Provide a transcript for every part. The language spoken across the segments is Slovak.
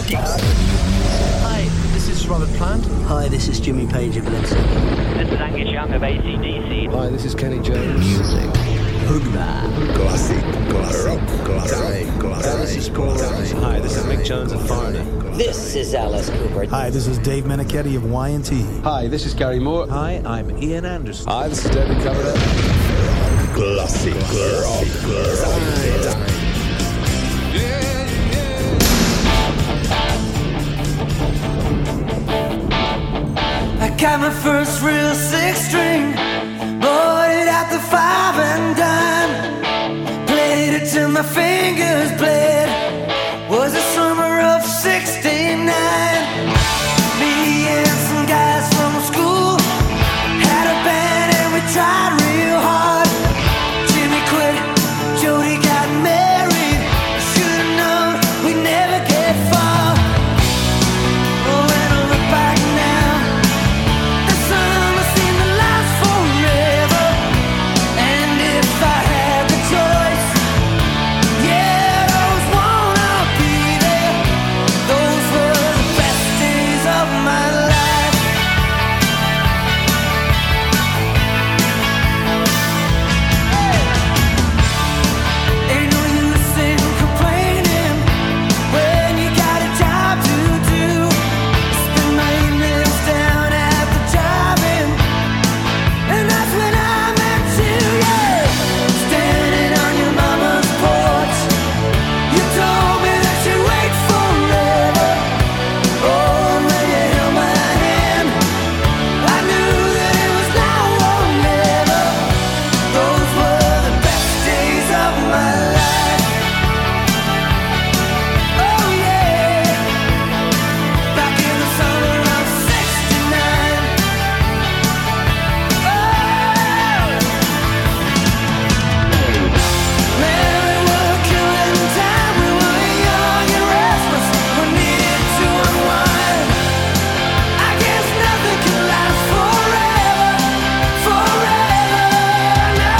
Hi, this is Robert Plant. Hi, this is Jimmy Page of Led Zeppelin. This is Angus Young of AC/DC. Hi, this is Kenny Jones. Music. Hoogba. Classic. Rock. Classic. Hi, this is Mick Jones of Foreigner. This is Alice Cooper. Hi, this is Dave Meniketti of Y&T. Hi, this is Gary Moore. Hi, I'm Ian Anderson. Hi, this is David Coverdale. Classic. Rock. I got my first real six-string, bought it at the 5 and dime, played it till my fingers bled. Was the summer of '69. Me and some guys from school had a band and we tried real hard. Jimmy quit, Jody got married. Should've known we'd never get far. Oh, when I look back now, the summer seemed to last forever. And if I had the choice, yeah, I'd always wanna be there. Those were the best days of my life. Ain't no use in complaining when you got a job to do. Spend my evenings down at the drive-in, and that's when I met you, yeah. Standing on your mama's porch, you told me that you'd wait forever. Oh, when you held my hand, I knew that it was now or never. Those were the best days of my life. Oh yeah, back in the summer of '69. Man, we were killing time. We were young and restless. We needed to unwind. I guess nothing can last forever, no.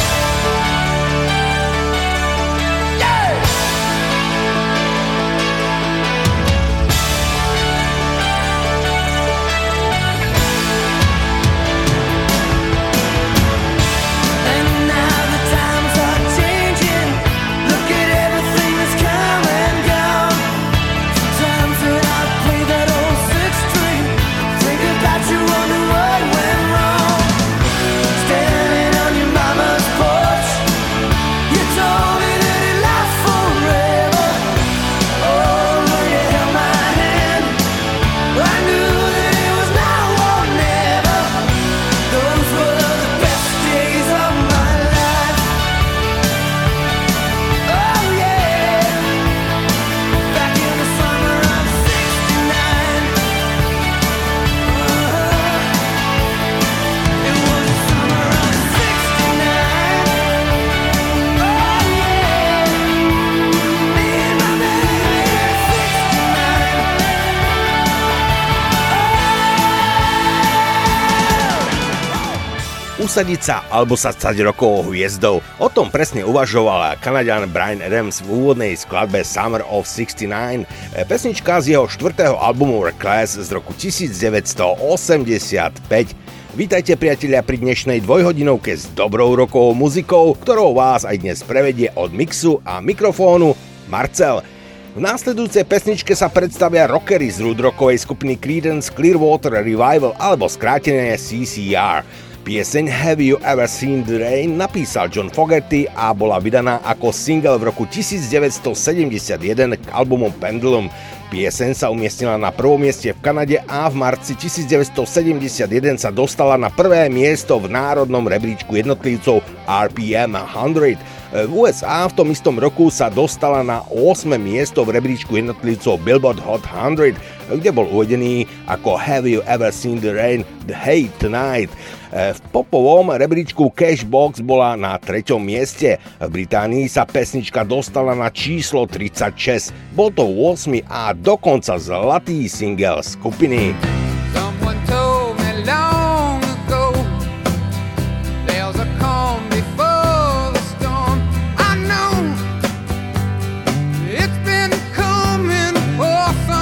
Yeah. And now the times are changing. Look at everything that's come and gone. Sometimes when I play that old six-string, think about you, wonder what went wrong. Standing on your mama's porch, you told me that it lasts forever. Oh, when you held my hand, I knew that it was now or never. Those were the best days of my life. Oh yeah, back in the summer of '69. It was the summer of '69. Oh yeah, me and my baby at Usadiť sa alebo sa stať rokovou hviezdou. O tom presne uvažoval Kanaďan Bryan Adams v úvodnej skladbe Summer of '69. Pesnička z jeho 4. albumu Reckless z roku 1985. Vítajte priatelia pri dnešnej dvojhodinovke s dobrou rokovou muzikou, ktorou vás aj dnes prevedie od mixu a mikrofónu Marcel. V následujúcej pesničke sa predstavia rockery z rootrockovej skupiny Creedence Clearwater Revival alebo skrátené CCR. Pieseň Have You Ever Seen the Rain napísal John Fogerty a bola vydaná ako single v roku 1971 k albumu Pendulum. Pieseň sa umiestnila na prvom mieste v Kanade a v marci 1971 sa dostala na prvé miesto v národnom rebríčku jednotlivcov RPM 100. V USA v tom istom roku sa dostala na 8. miesto v rebríčku jednotlivcov Billboard Hot 100, kde bol uvedený ako Have You Ever Seen the Rain, The Hate Tonight. V popovom rebríčku Cashbox bola na 3. mieste. V Británii sa pesnička dostala na číslo 36. Bol to 8. a dokonca zlatý single skupiny. Someone told me long ago there's a calm before the storm. I know it's been coming for some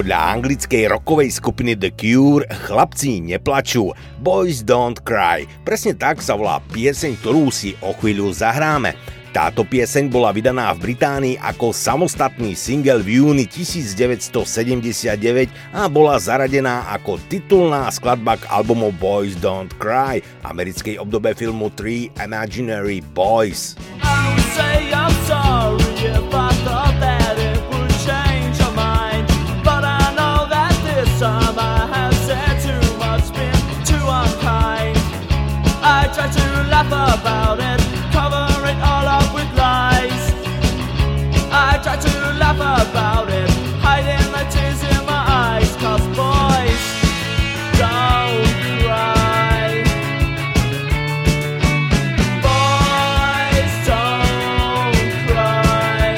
Podľa anglickej rockovej skupiny The Cure Chlapci neplačú, Boys Don't Cry. Presne tak sa volá pieseň, ktorú si o chvíľu zahráme. Táto pieseň bola vydaná v Británii ako samostatný single v júni 1979 a bola zaradená ako titulná skladba k albumu Boys Don't Cry, americkej obdobe filmu Three Imaginary Boys. I would say I'm sorry if I thought that it would change your mind, but I know that this time I have said too much, been too unkind. I try to laugh about it, cover it all up with lies. I try to laugh about it, hiding the tears in my eyes, 'cause boys don't cry. Boys don't cry.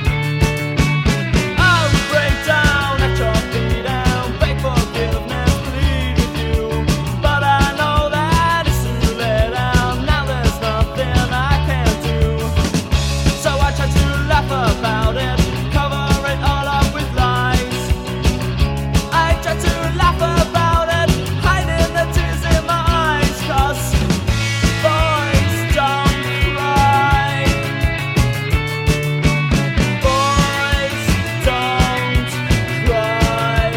I'll break down at your feet and beg forgiveness, plead with you, but I know that it's too late and now there's nothing I can do. So I try to laugh about it, cover it all up with lies. I try to laugh about it, hiding the tears in my eyes, 'cause boys don't cry. Boys don't cry.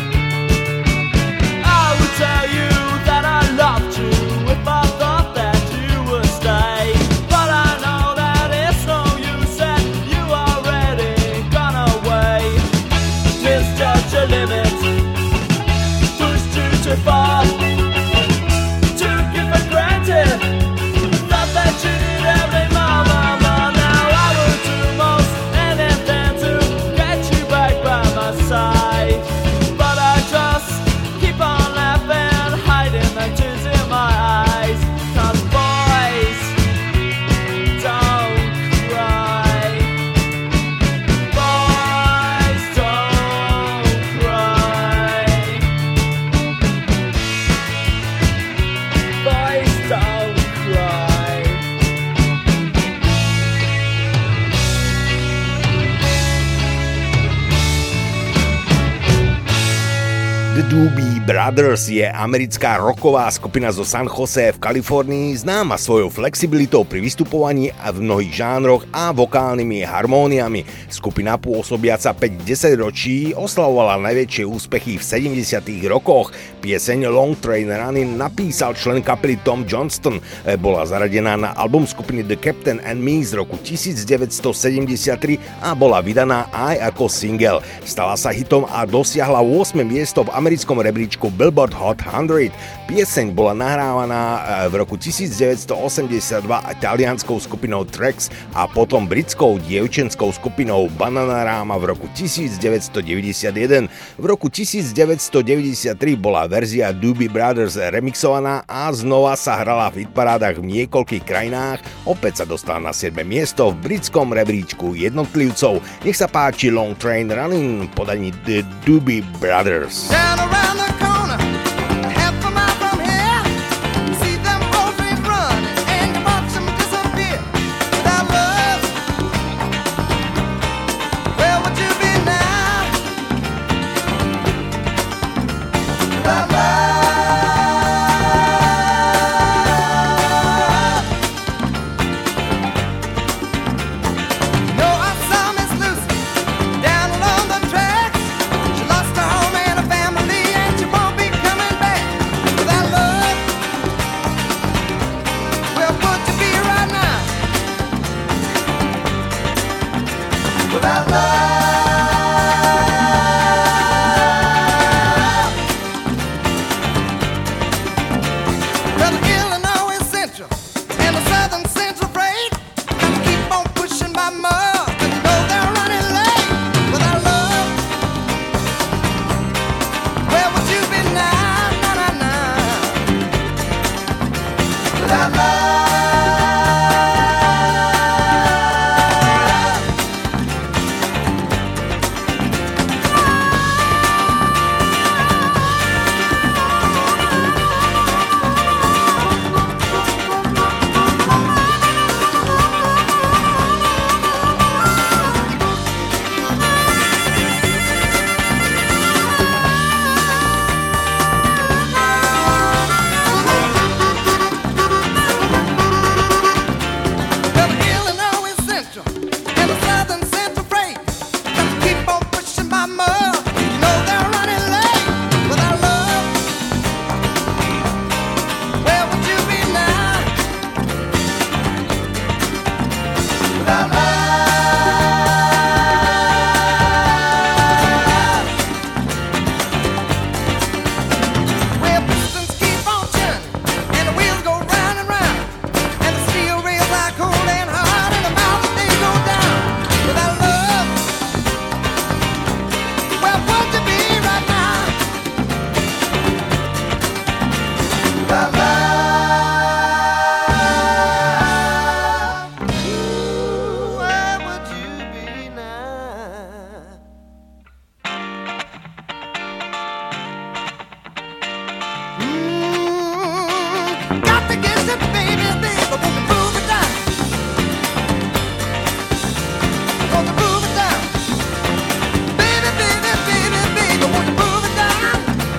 I would tell you that I loved you if I thought that you would stay, but I know that it's no use and you already gone away. Misjudge your limits, pushed you too far, took you for granted, thought that you did every moment. Now I would do most anything to get you back by my side, but I just keep on laughing, hiding the tears in my eyes, 'cause boys don't cry. Boys don't cry. Boys don't cry. The Doobie Brothers je americká rocková skupina zo San Jose v Kalifornii, známa svojou flexibilitou pri vystupovaní a v mnohých žánroch a vokálnymi harmóniami. Skupina pôsobiaca 5-10 ročí oslavovala najväčšie úspechy v 70. rokoch. Pieseň Long Train Running napísal člen kapely Tom Johnston. Bola zaradená na album skupiny The Captain and Me z roku 1973 a bola vydaná aj ako single. Stala sa hitom a dosiahla 8. miesto v americkom rebríčku Billboard Hot 100. Pieseň bola nahrávaná v roku 1982 talianskou skupinou Trax a potom britskou dievčenskou skupinou Bananarama v roku 1991. V roku 1993 bola verzia Doobie Brothers remixovaná a znova sa hrala v hitparádach v niekoľkých krajinách. Opäť sa dostala na 7. miesto v britskom rebríčku jednotlivcov. Nech sa páči Long Train Running v podaní The Doobie Brothers. Down around the corner, half a mile from here, see them old trains run, and you watch them disappear. Without love, where would you be now? Without love. No, I saw Miss Lucy down along the tracks. She lost her home and her family, and she won't be coming back. Without love, where would you be right now? Without love. Well, the Illinois Central and the Southern Central Freight keep on pushing by more, 'cause you know they're running late. Without love, where would you be now? Na, na, na. Without love. Got to get it, baby, baby, won't you move it down? Won't you move it down? Baby, baby, baby, baby, won't you move it down?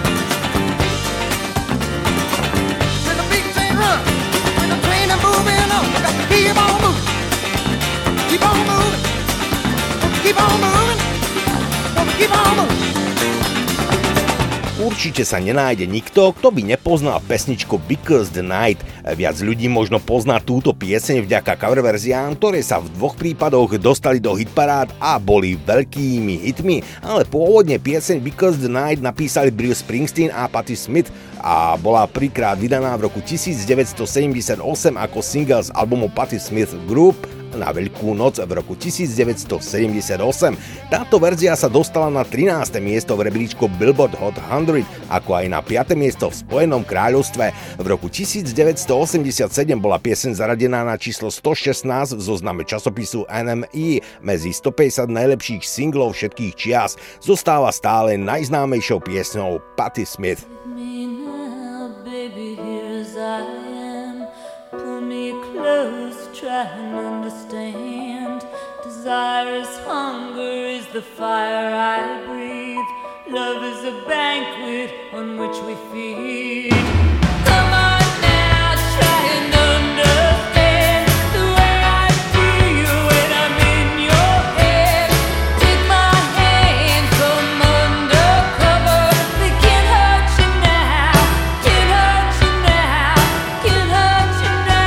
When the beat train run, when the train is moving on, you got to keep on moving, keep on moving, keep on moving, keep on moving. Určite sa nenájde nikto, kto by nepoznal pesničku Because the Night. Viac ľudí možno pozná túto pieseň vďaka coververziám, ktoré sa v dvoch prípadoch dostali do hitparád a boli veľkými hitmi, ale pôvodne pieseň Because the Night napísali Bruce Springsteen a Patti Smith a bola prvýkrát vydaná v roku 1978 ako single z albumu Patti Smith Group na Veľkú noc v roku 1978. Táto verzia sa dostala na 13. miesto v rebríčku Billboard Hot 100, ako aj na 5. miesto v Spojenom kráľovstve. V roku 1987 bola pieseň zaradená na číslo 116 v zozname časopisu NME medzi 150 najlepších singlov všetkých čias. Zostáva stále najznámejšou piesňou Patti Smith. Try and understand. Desire is hunger, is the fire I breathe. Love is a banquet on which we feed. Come on now, try and understand the way I feel when I'm in your head. Take my hand, come undercover. They can't hurt you now, can't hurt you now, can't hurt you now.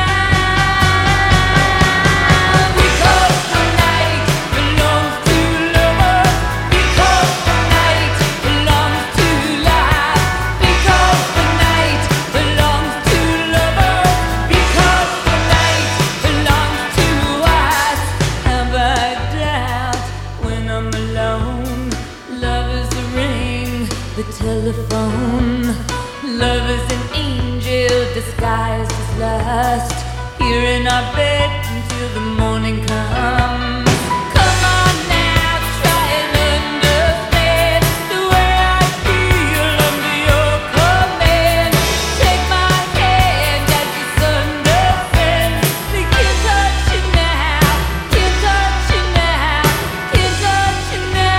Telephone. Love is an angel disguised as lust. Here in our bed until the morning comes. Come on now, try and understand the way I feel under your command. Take my hand as the sun descends. They can't touch you now, can't touch you now, can't touch you now.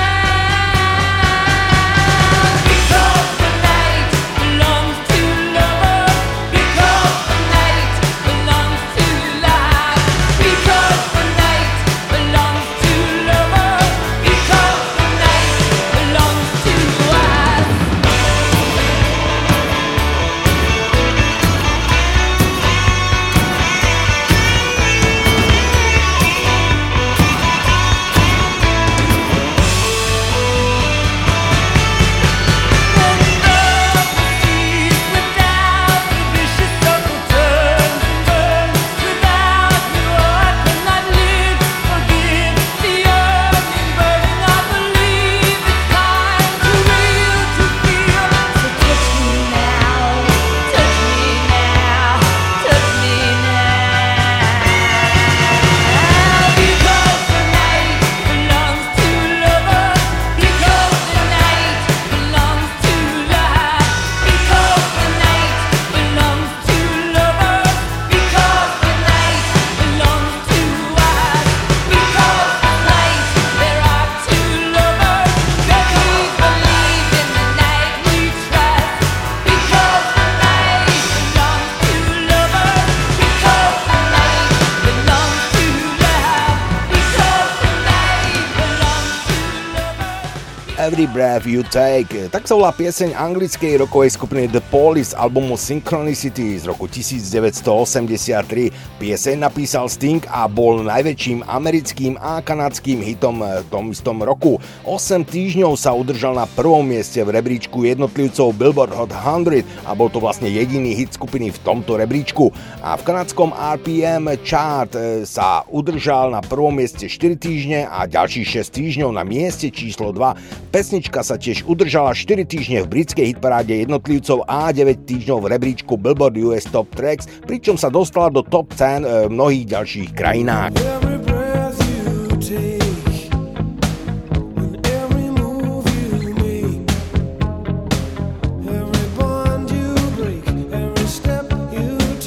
Every Breath You Take. Tak sa volá pieseň anglickej rockovej skupiny The Police z albumu Synchronicity z roku 1983. Pieseň napísal Sting a bol najväčším americkým a kanadským hitom v tom istom roku. 8 týždňov sa udržal na prvom mieste v rebríčku jednotlivcov Billboard Hot 100 a bol to vlastne jediný hit skupiny v tomto rebríčku. A v kanadskom RPM chart sa udržal na prvom mieste 4 týždne a ďalších 6 týždňov na mieste číslo 2. Pesnička sa tiež udržala 4 týždne v britskej hitparáde jednotlivcov a 9 týždňov v rebríčku Billboard US Top Tracks, pričom sa dostala do top 10 v mnohých ďalších krajinách. Every bond you break, every step you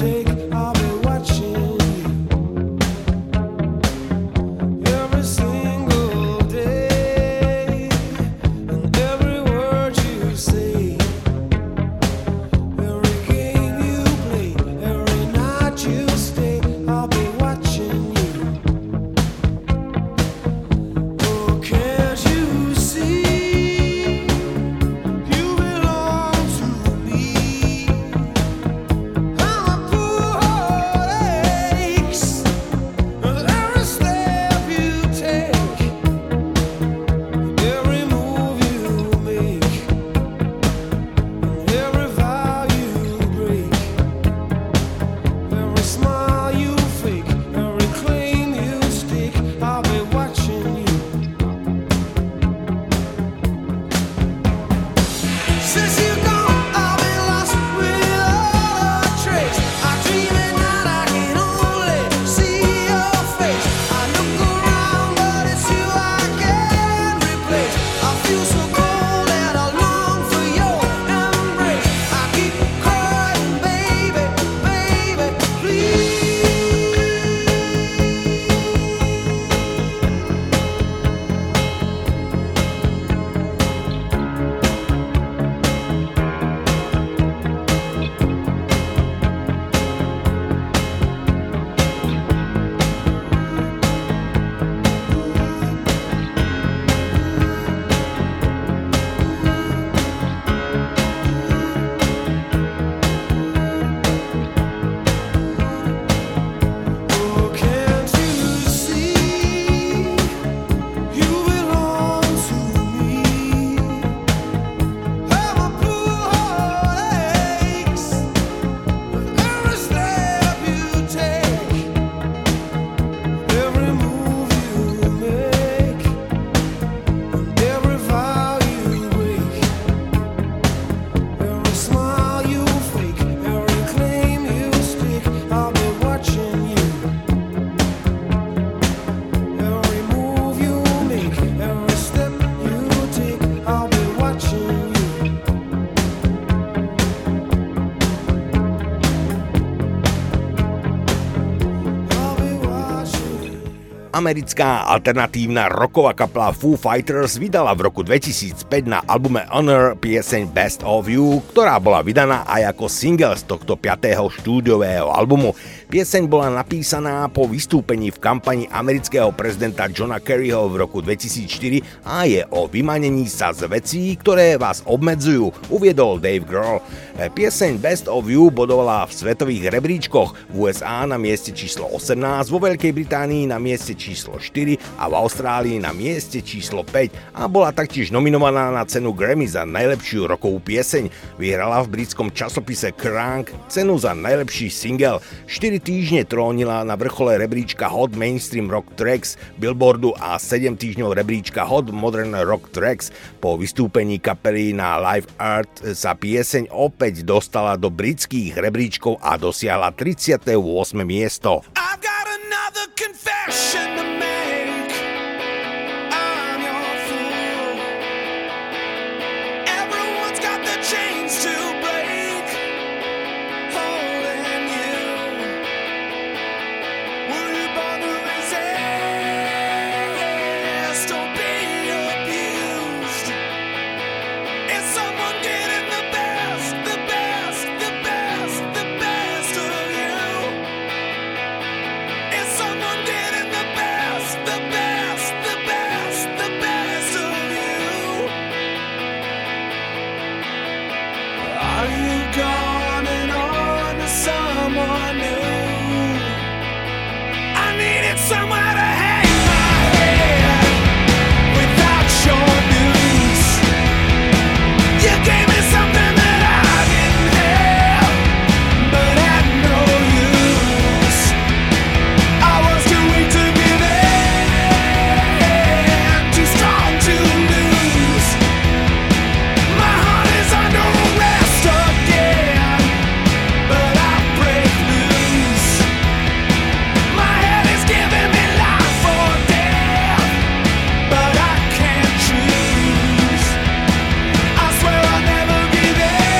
Americká alternatívna rocková kapela Foo Fighters vydala v roku 2005 na albume Honor pieseň Best of You, ktorá bola vydaná aj ako single z tohto 5. štúdiového albumu. Pieseň bola napísaná po vystúpení v kampani amerického prezidenta Johna Kerryho v roku 2004 a je o vymanení sa z vecí, ktoré vás obmedzujú, uviedol Dave Grohl. Pieseň Best of You bodovala v svetových rebríčkoch, v USA na mieste číslo 18, vo Veľkej Británii na mieste číslo 4 a v Austrálii na mieste číslo 5 a bola taktiež nominovaná na cenu Grammy za najlepšiu rockovú pieseň. Vyhrala v britskom časopise Kerrang cenu za najlepší single. 4 týždne trónila na vrchole rebríčka Hot Mainstream Rock Tracks Billboardu a 7 týždňov rebríčka Hot Modern Rock Tracks. Po vystúpení kapely na Live Earth sa pieseň opäť dostala do britských rebríčkov a dosiahla 38. miesto. I've got another confession to make. I'm your fool. Everyone's got the chains to break, holding you. Were you born to resist or be abused? Is someone getting the best, the best, the best, the best of you? Is someone getting the best, the best, the best, the best of you? Are you gone and on to someone new? I needed somewhere to hang my head without your news. You gave me something that I didn't have, but had no use. I was too weak to give in, too strong to lose. My heart is under arrest again, but I break loose. My head is giving me life or death, but I can't choose. I swear I'll never give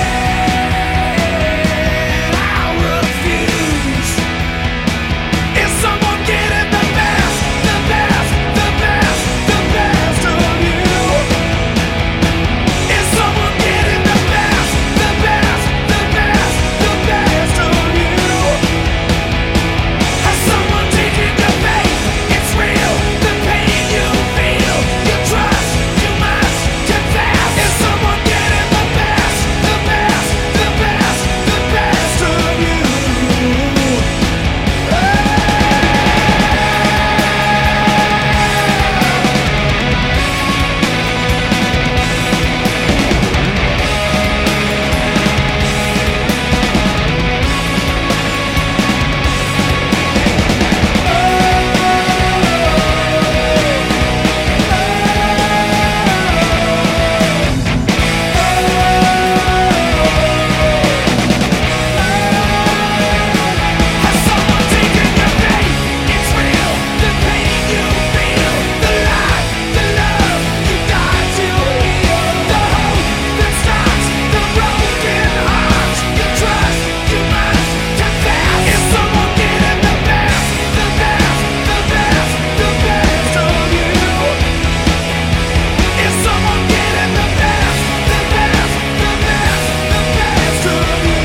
in, I refuse. Is someone getting the best, the best, the best, the best of you? Is someone getting the best, the best, the best, the best of you? Has someone taken your faith? It's real, the pain you feel, you trust, you must confess. Is someone getting the best, the best, the best, the best of you? Has someone taken your faith? It's real, the pain you feel, the life, the love you died to heal, the hope that stops the broken heart. You trust, you must confess. Is someone getting the best, the best, the best, the best of you? Is someone getting the best, the best, the best, the best of you?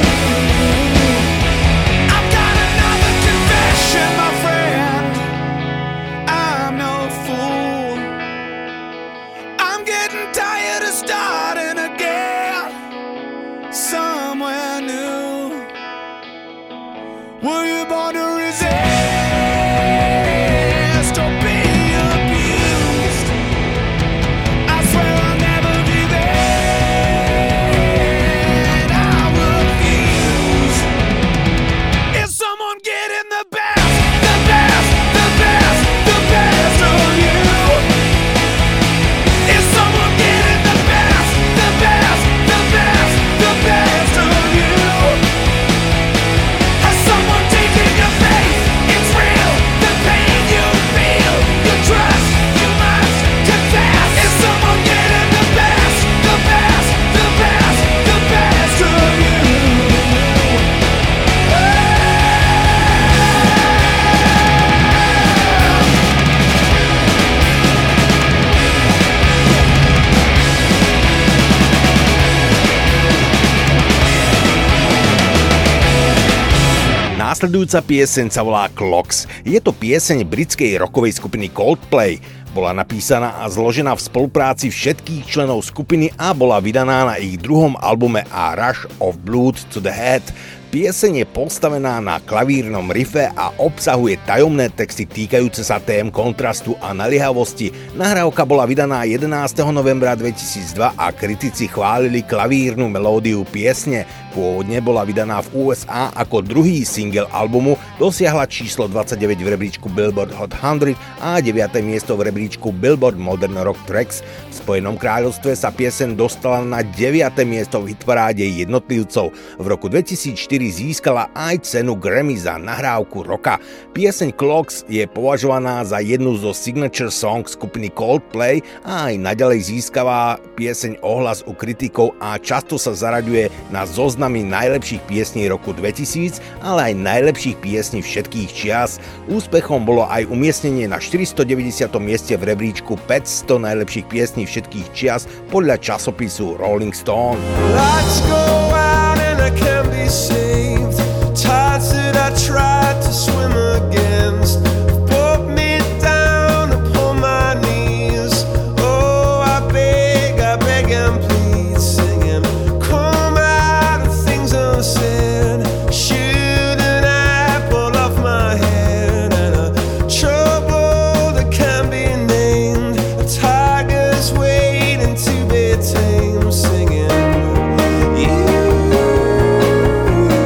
I've got another confession, my friend. I'm no fool. I'm getting tired of starting again somewhere new. Were you born to resist or be abused? I swear I'll never give in, I refuse. Is someone getting the best, the best, the best, the best of you? Is someone getting the best, the best, the best, the best of you? Has someone taken your faith? Následujúca pieseň sa volá Clocks. Je to pieseň britskej rockovej skupiny Coldplay. Bola napísaná a zložená v spolupráci všetkých členov skupiny a bola vydaná na ich druhom albume A Rush of Blood to the Head. Pieseň je postavená na klavírnom riffe a obsahuje tajomné texty týkajúce sa tém kontrastu a naliehavosti. Nahrávka bola vydaná 11. novembra 2002 a kritici chválili klavírnu melódiu piesne. Pôvodne bola vydaná v USA ako druhý single albumu, dosiahla číslo 29 v rebríčku Billboard Hot 100 a 9. miesto v rebríčku Billboard Modern Rock Tracks. V Spojenom kráľovstve sa pieseň dostala na 9. miesto v hitparáde jednotlivcov. V roku 2004 získala aj cenu Grammy za nahrávku roka. Pieseň Clocks je považovaná za jednu zo signature song skupiny Coldplay a aj naďalej získava pieseň ohlas u kritikov a často sa zaraďuje na zoznamy najlepších piesní roku 2000, ale aj najlepších piesní všetkých čias. Úspechom bolo aj umiestnenie na 490. mieste v rebríčku 500 najlepších piesní všetkých čias podľa časopisu Rolling Stone. Let's go out and I can be saved. Tides that I tried to swim against brought me down upon my knees. Oh, I beg and plead, singing, come out of things unsaid. Shouldn't I pull off my head and a trouble that can be named? A tiger's waiting to be tamed, singing. You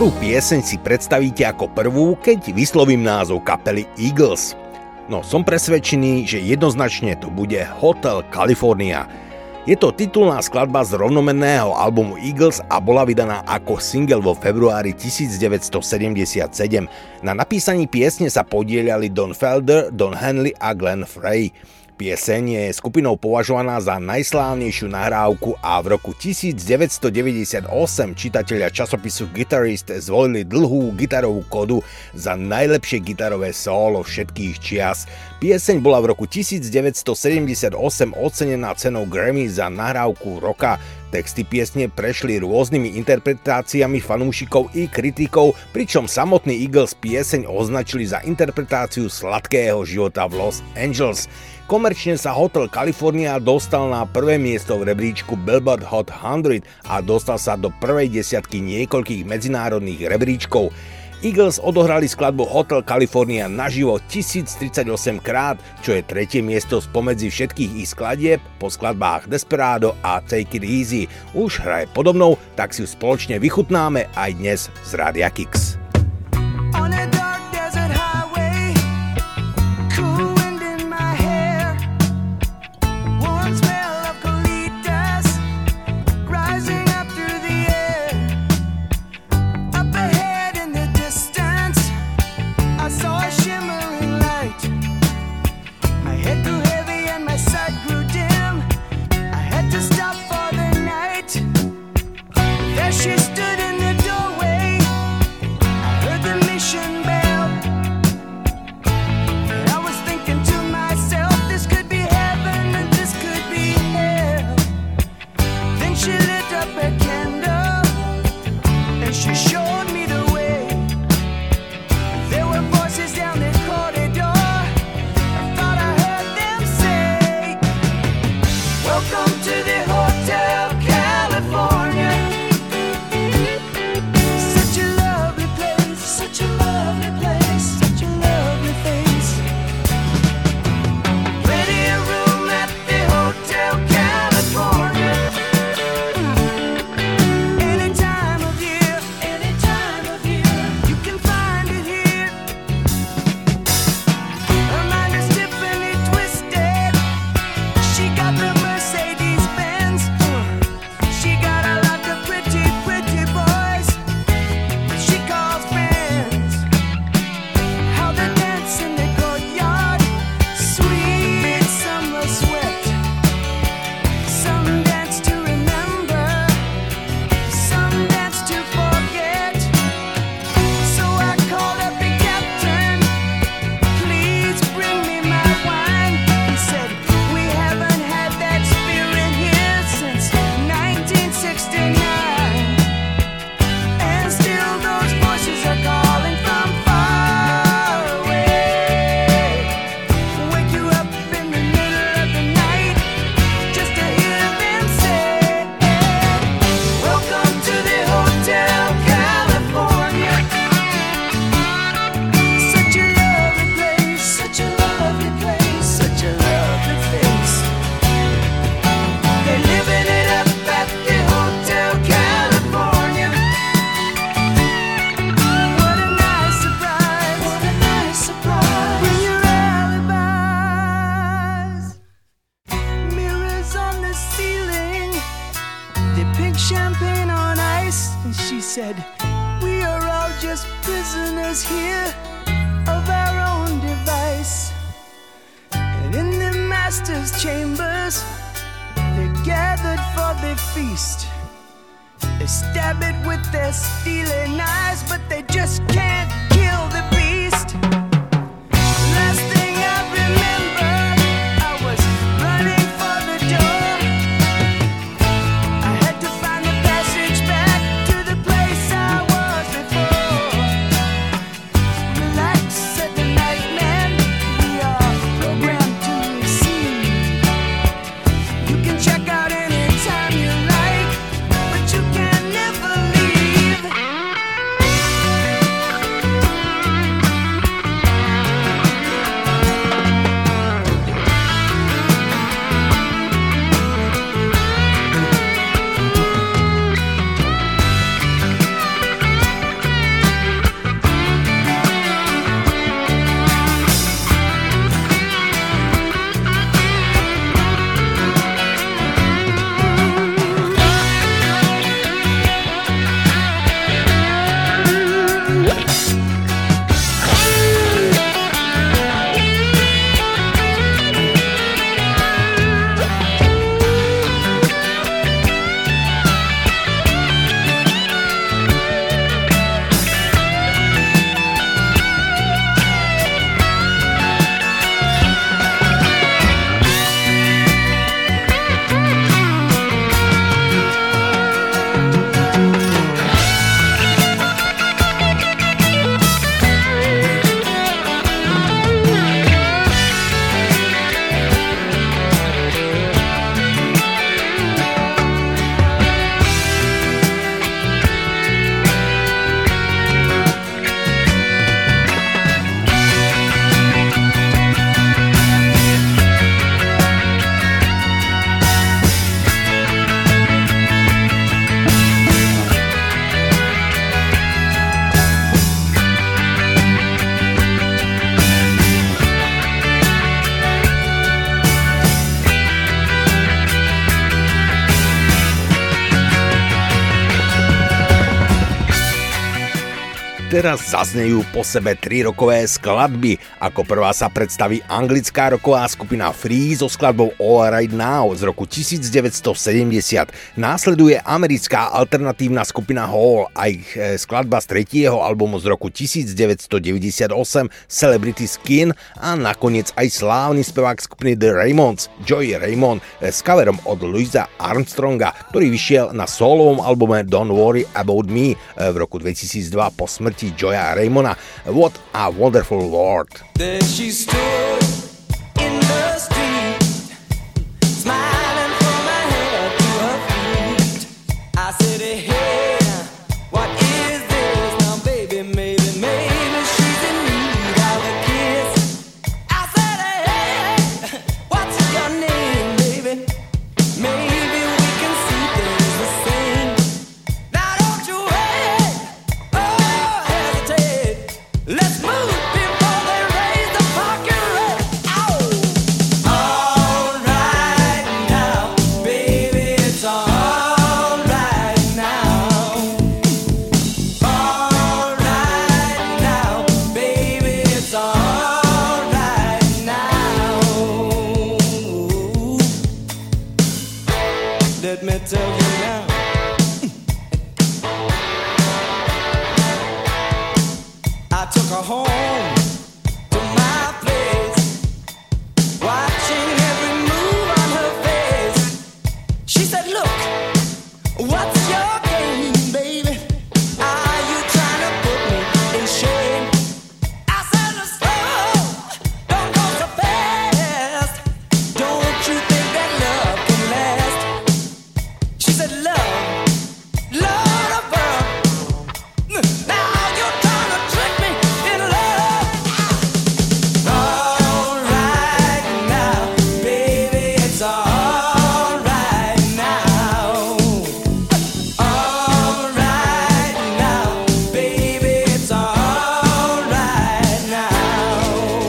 Ktorú pieseň si predstavíte ako prvú, keď vyslovím názov kapely Eagles? No, som presvedčený, že jednoznačne to bude Hotel California. Je to titulná skladba z rovnomenného albumu Eagles a bola vydaná ako single vo februári 1977. Na napísaní piesne sa podieľali Don Felder, Don Henley a Glenn Frey. Pieseň je skupinou považovaná za najslávnejšiu nahrávku a v roku 1998 čitatelia časopisu Guitarist zvolili dlhú gitarovú kodu za najlepšie gitarové solo všetkých čias. Pieseň bola v roku 1978 ocenená cenou Grammy za nahrávku roka. Texty piesne prešli rôznymi interpretáciami fanúšikov i kritikov, pričom samotný Eagles pieseň označili za interpretáciu sladkého života v Los Angeles. Komerčne sa Hotel California dostal na prvé miesto v rebríčku Billboard Hot 100 a dostal sa do prvej desiatky niekoľkých medzinárodných rebríčkov. Eagles odohrali skladbu Hotel California naživo 1038 krát, čo je tretie miesto spomedzi všetkých ich skladieb po skladbách Desperado a Take It Easy. Už hraje podobnou, tak si ju spoločne vychutnáme aj dnes z Rádia Kix. She stood in the doorway. said, we are all just prisoners here of our own device. And in the master's chambers, they're gathered for the feast. They stab it with their steely knives, but they just can't kill the beast. Last thing I remember, I was running for the door. I had to find the passage back to the place I was before. Relax, said the night man, we are programmed to receive. You can check out anytime you like, but you can never leave. Teraz zaznejú po sebe 3-rokové skladby. Ako prvá sa predstaví anglická roková skupina Free so skladbou All Right Now z roku 1970. Následuje americká alternatívna skupina Hall a ich skladba z 3. albumu z roku 1998 Celebrity Skin a nakoniec aj slávny spevák skupiny The Raymonds Joey Raymond s coverom od Louisa Armstronga, ktorý vyšiel na solovom albume Don't Worry About Me v roku 2002 po smrti Joeya Raymonda. What a Wonderful World. There she stood in the street, smiling from her head to her feet. I said, hey, what is this now, baby? Maybe she's in need of a kiss. I said, hey, what's your name, baby? Maybe we can see things the same. Now don't you wait, oh, hesitate. Let's move before they raise the parking rate. All right now, baby, it's all right now. All right now, baby, it's all right now. Let me tell you now. I took her home to my place, watching every move on her face. She said, look, what's your game, baby? Are you trying to put me in shame? I said, slow, don't go so fast. Don't you think that love can last? She said, love, Lord above. Now you're trying to trick me in love. All right now, baby, it's all right now. All right now, baby, it's all right now.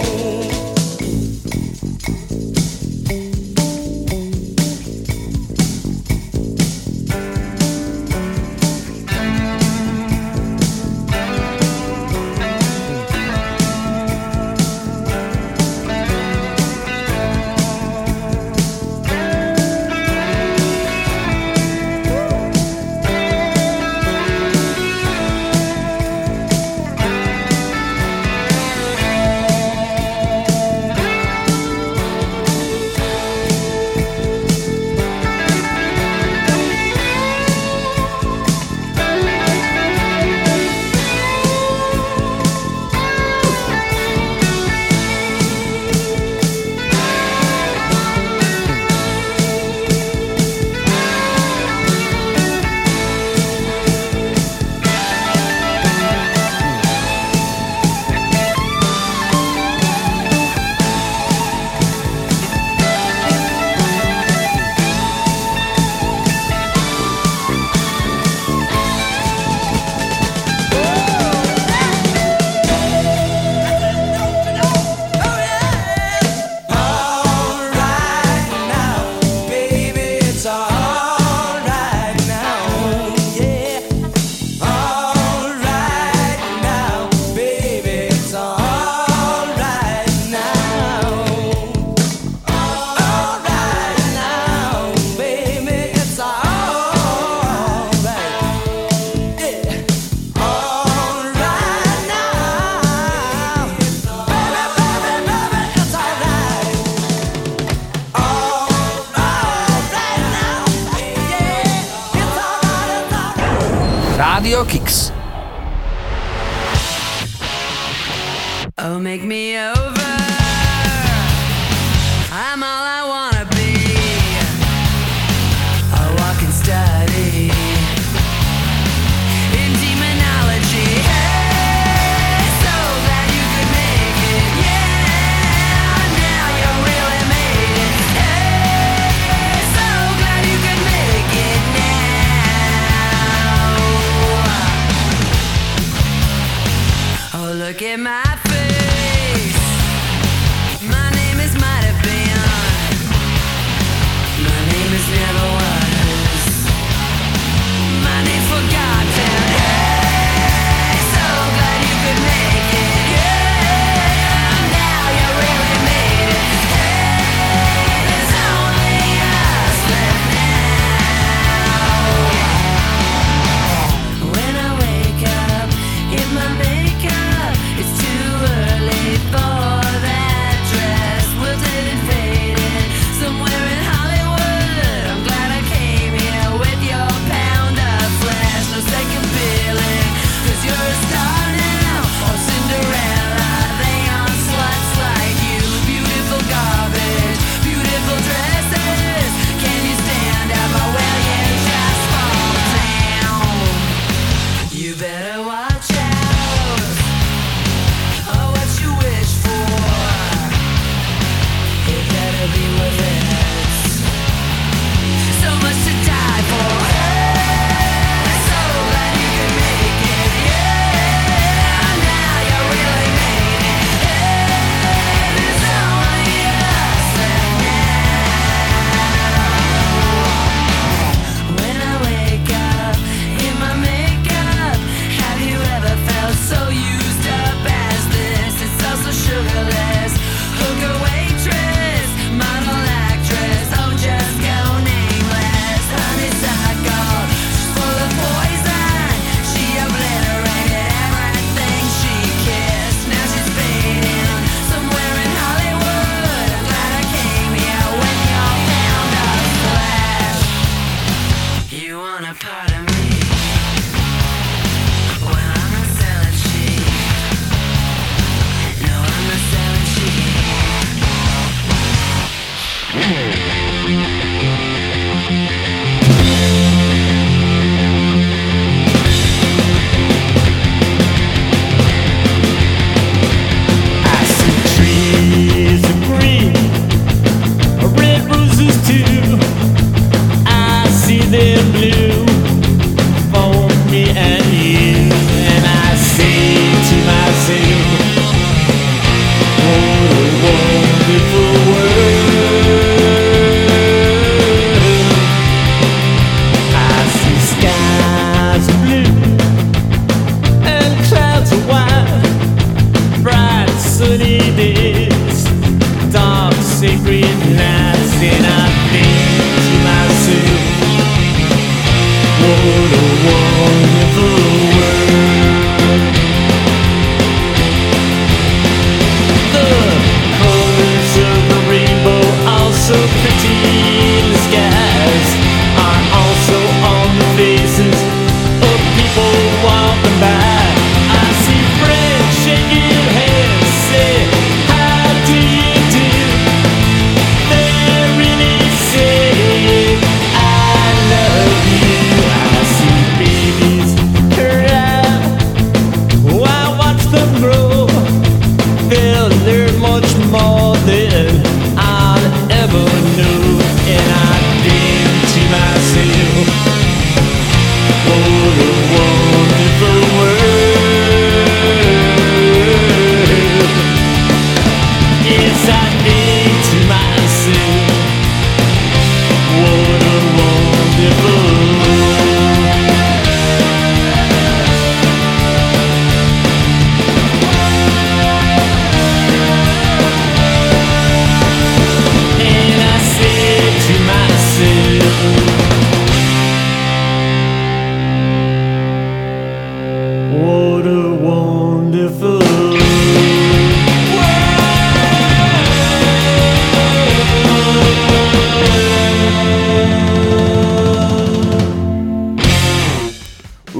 All right now, baby, it's all right now. Yeah. All right now, baby, it's all right now. All right now, baby, it's all right. Yeah. All right now, baby, it's all right. Radio Kicks. Oh, make me over. I'm all I wanna be. A walking study in demonology. Hey, so glad you could make it. Yeah, now you really made it. Hey, so glad you could make it now. Oh, look at my face.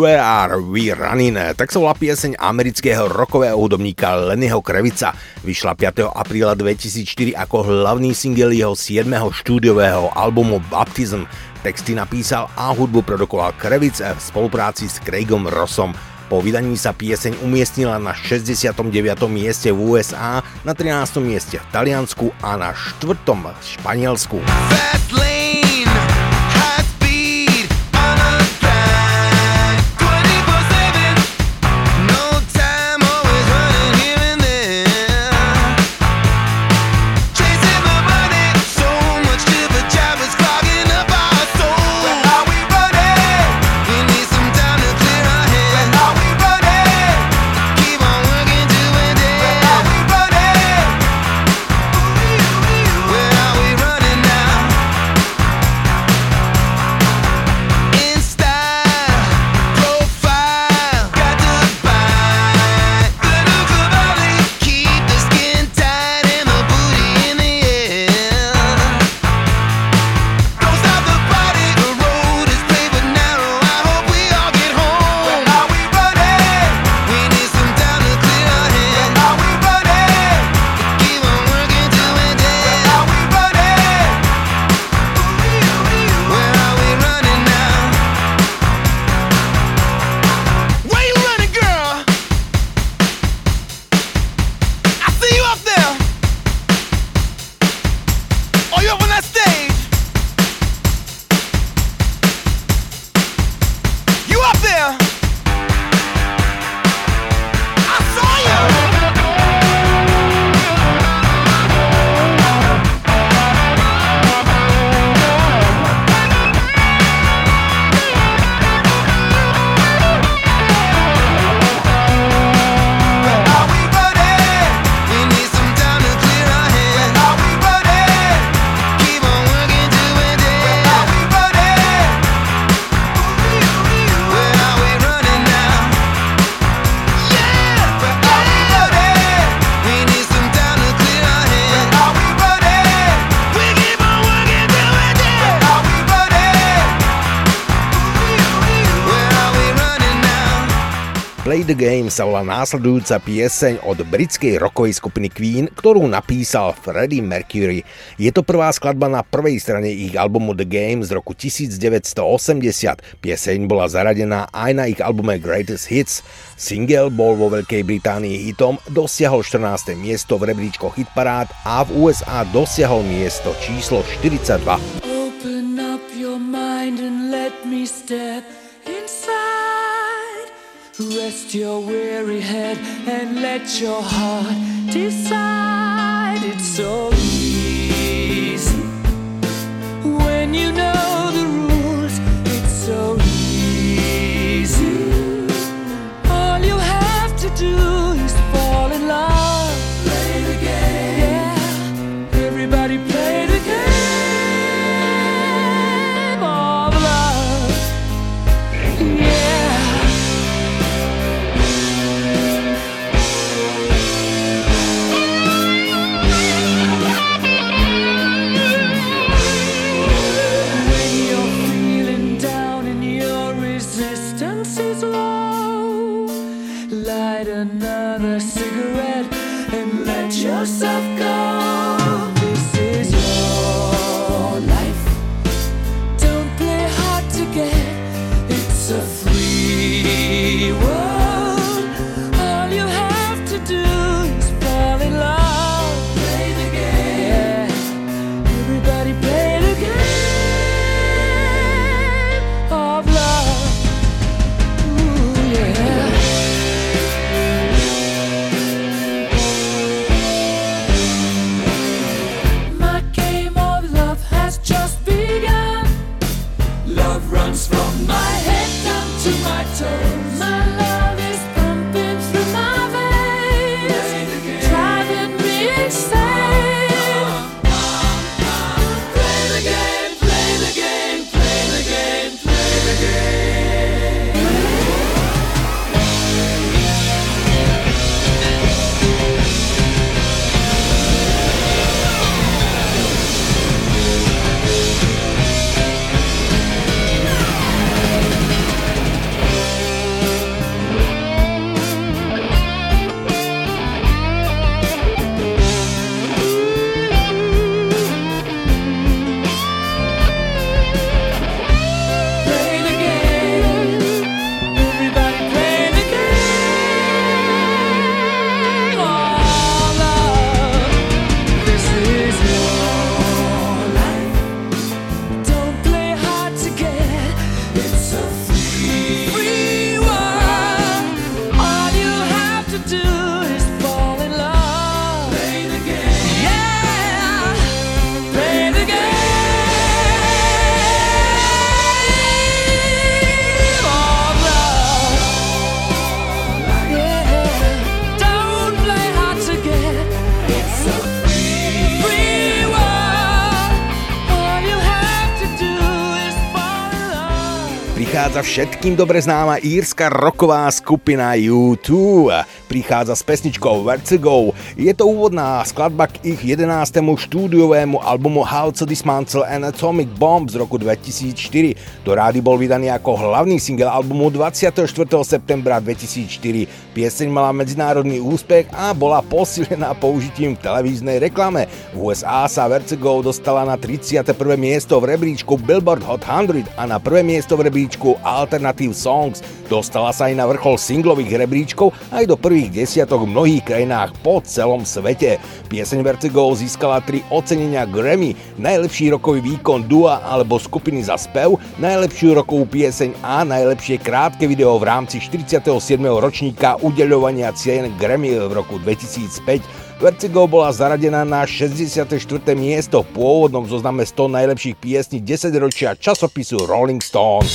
Where Are We Running? Tak sa volá pieseň amerického rockového hudobníka Lennyho Kravica. Vyšla 5. apríla 2004 ako hlavný single jeho 7. štúdiového albumu Baptism. Texty napísal a hudbu produkoval Kravic v spolupráci s Craigom Rossom. Po vydaní sa pieseň umiestnila na 69. mieste v USA, na 13. mieste v Taliansku a na 4. v Španielsku. Play the Game sa volá následujúca pieseň od britskej rockovej skupiny Queen, ktorú napísal Freddie Mercury. Je to prvá skladba na prvej strane ich albumu The Game z roku 1980. Pieseň bola zaradená aj na ich albume Greatest Hits. Single bol vo Veľkej Británii hitom, dosiahol 14. miesto v rebríčkoch hitparád a v USA dosiahol miesto číslo 42. Open up your mind and let me step inside. Rest your weary head and let your heart decide. It's so easy when you know the rules. It's so easy. All you have to do is fall in love. Play the game. Yeah, everybody play the game of love. Yeah. Another cigarette and let yourself go. This is your life. Don't play hard to get. It's a free world. All you have to do is fall in love. Play the game. Yeah. Everybody play the game of love. Ooh, yeah. From my head down to my toes, my love is pumping through my veins, driving me insane. Play the game, play the game, play the game, play the game. Prichádza všetkým dobre známa írska rocková skupina U2. Prichádza s pesničkou Where to Go. Je to úvodná skladba k ich 11. štúdiovému albumu How to Dismantle an Atomic Bomb z roku 2004. Do rády bol vydaný ako hlavný single albumu 24. septembra 2004. Pieseň mala medzinárodný úspech a bola posílená použitím v televíznej reklame. V USA sa Where to Go dostala na 31. miesto v rebríčku Billboard Hot 100 a na prvé miesto v rebríčku Alternative Songs. Dostala sa aj na vrchol singlových rebríčkov aj do prvých desiatok v mnohých krajinách po celom svete. Pieseň Where to Go získala 3 ocenenia Grammy, najlepší rokový výkon dua alebo skupiny za spev, najlepšiu rokovú pieseň a najlepšie krátke video v rámci 47. ročníka udeľovania cien Grammy v roku 2005. Where to Go bola zaradená na 64. miesto v pôvodnom zozname 100 najlepších piesní 10 ročia časopisu Rolling Stone.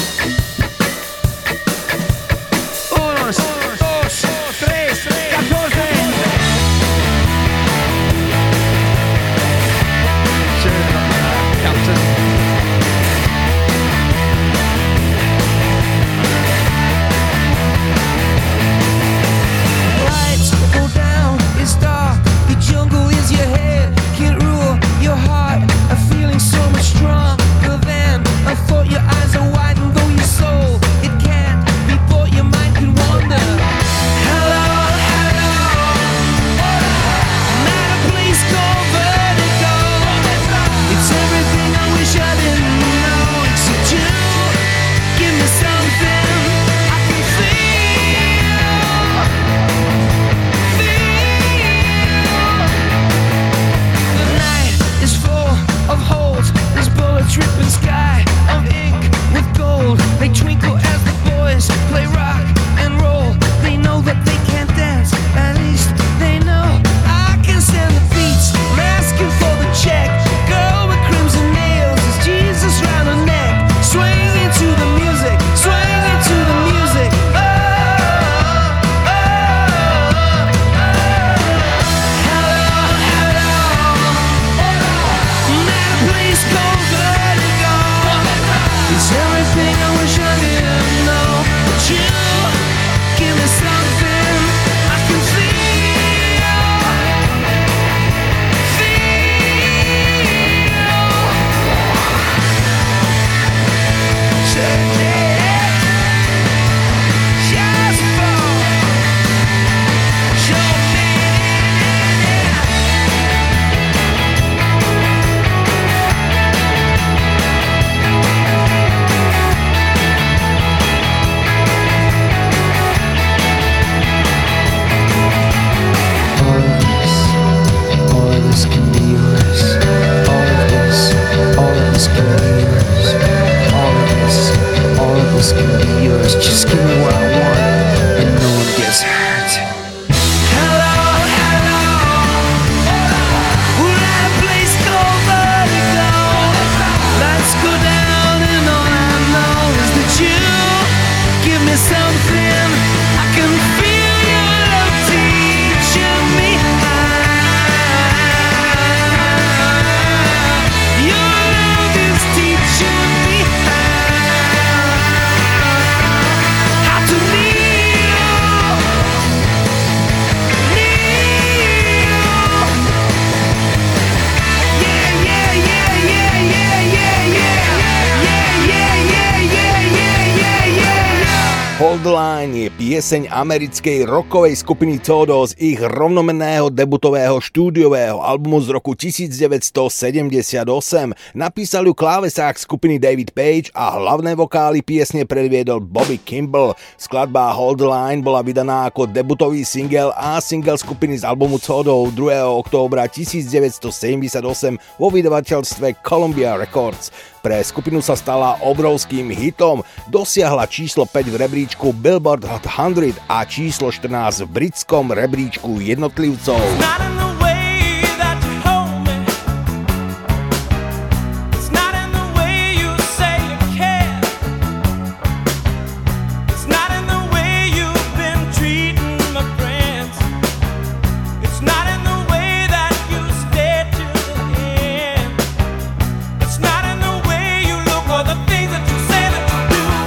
Hold the Line je pieseň americkej rockovej skupiny Toto z ich rovnomenného debutového štúdiového albumu z roku 1978. Napísal ju klávesák skupiny David Page a hlavné vokály piesne predviedol Bobby Kimball. Skladba Hold the Line bola vydaná ako debutový single a single skupiny z albumu Toto 2. októbra 1978 vo vydavateľstve Columbia Records. Pre skupinu sa stala obrovským hitom, dosiahla číslo 5 v rebríčku Billboard Hot 100 a číslo 14 v britskom rebríčku jednotlivcov. Things that you say that you do.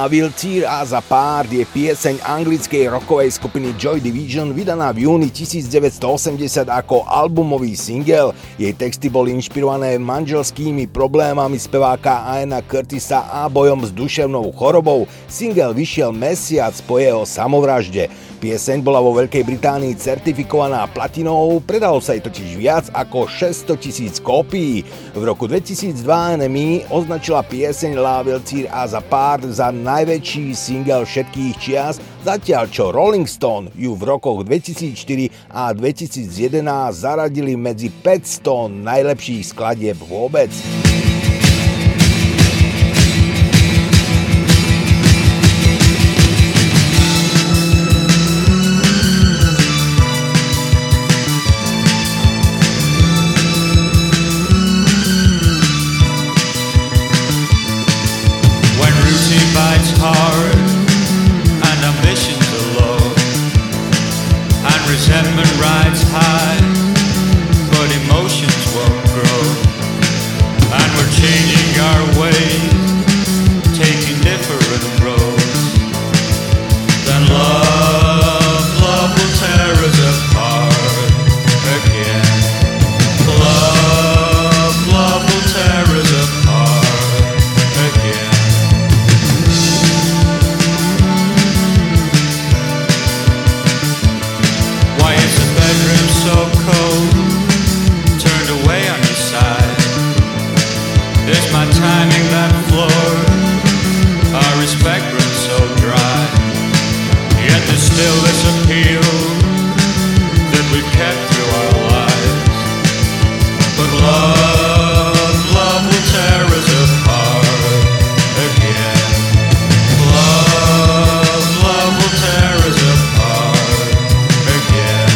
Love Will Tear Us Apart je pieseň anglickej rockovej skupiny Joy Division vydaná v júni 1980 ako albumový single. Jej texty boli inšpirované manželskými problémami speváka Iana Curtisa a bojom s duševnou chorobou. Single vyšiel mesiac po jeho samovražde. Pieseň bola vo Veľkej Británii certifikovaná platinou, predalo sa jej totiž viac ako 600,000 kópií. V roku 2002 NME označila pieseň Love Will Tear Us Apart za najväčší single všetkých čias, zatiaľ čo Rolling Stone ju v rokoch 2004 a 2011 zaradili medzi 500 najlepších skladieb vôbec. Hard and ambitions are low and resentment rides high, but emotions won't grow, and we're changing our ways, taking different roads. Then love will tear us apart again. Love will tear us apart again. So cold, turned away on your side. There's my timing that floored, our respect runs so dry. Yet there's still this appeal that we've kept through our lives. But love will tear us apart again. Love will tear us apart again.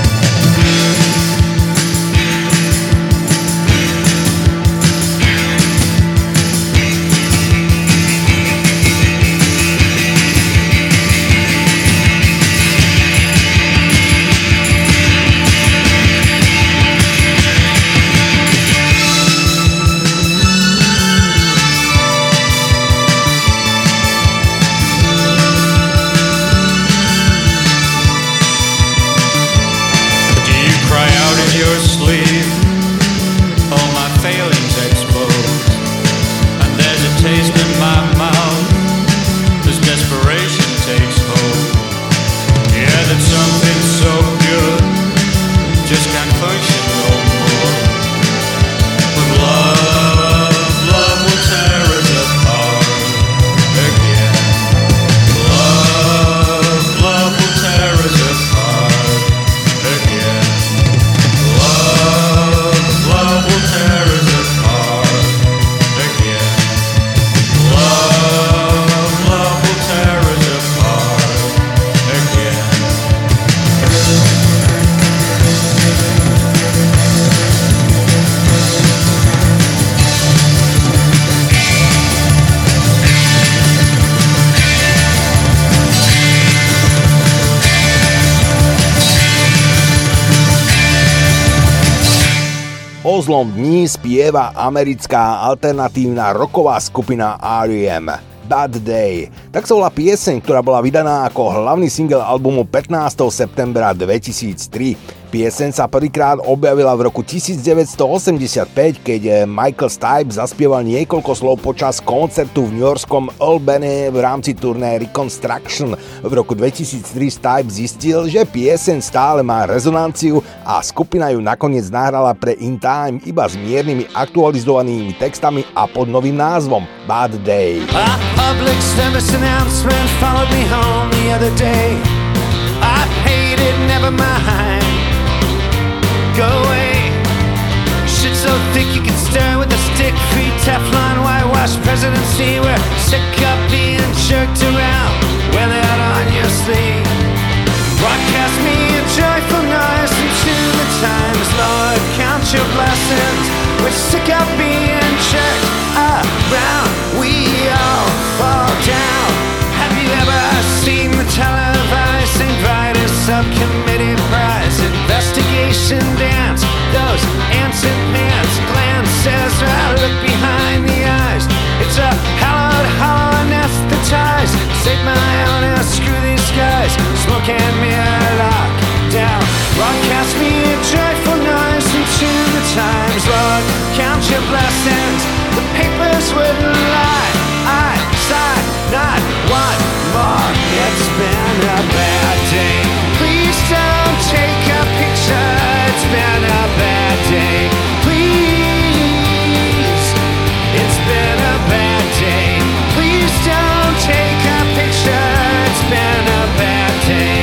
O zlom dni spieva americká alternatívna rocková skupina R.E.M. Bad Day. Tak sa volá pieseň, ktorá bola vydaná ako hlavný single albumu 15. septembra 2003. Pieseň sa prvýkrát objavila v roku 1985, keď Michael Stipe zaspieval niekoľko slov počas koncertu v newyorskom Albany v rámci turné Reconstruction. V roku 2003 Stipe zistil, že pieseň stále má rezonanciu a skupina ju nakoniec nahrala pre In Time iba s miernymi aktualizovanými textami a pod novým názvom Bad Day. A public service announcement followed me home the other day. I paid it, never mind. Go away. Shit so thick you can stir with a stick. Free Teflon, whitewash presidency. We're sick of being jerked around. Wear that on your sleeve. Broadcast me a joyful noise into the times. Lord, count your blessings. We're sick of being jerked around. We all fall down. Have you ever seen the televising brightest subcommittee prize investigation dance? Those ants and pants glances, I look behind the eyes. It's a hallowed, hollow anesthetized blessings. The papers wouldn't lie. I signed not one more. It's been a bad day. Please don't take a picture. It's been a bad day. Please, it's been a bad day. Please don't take a picture. It's been a bad day.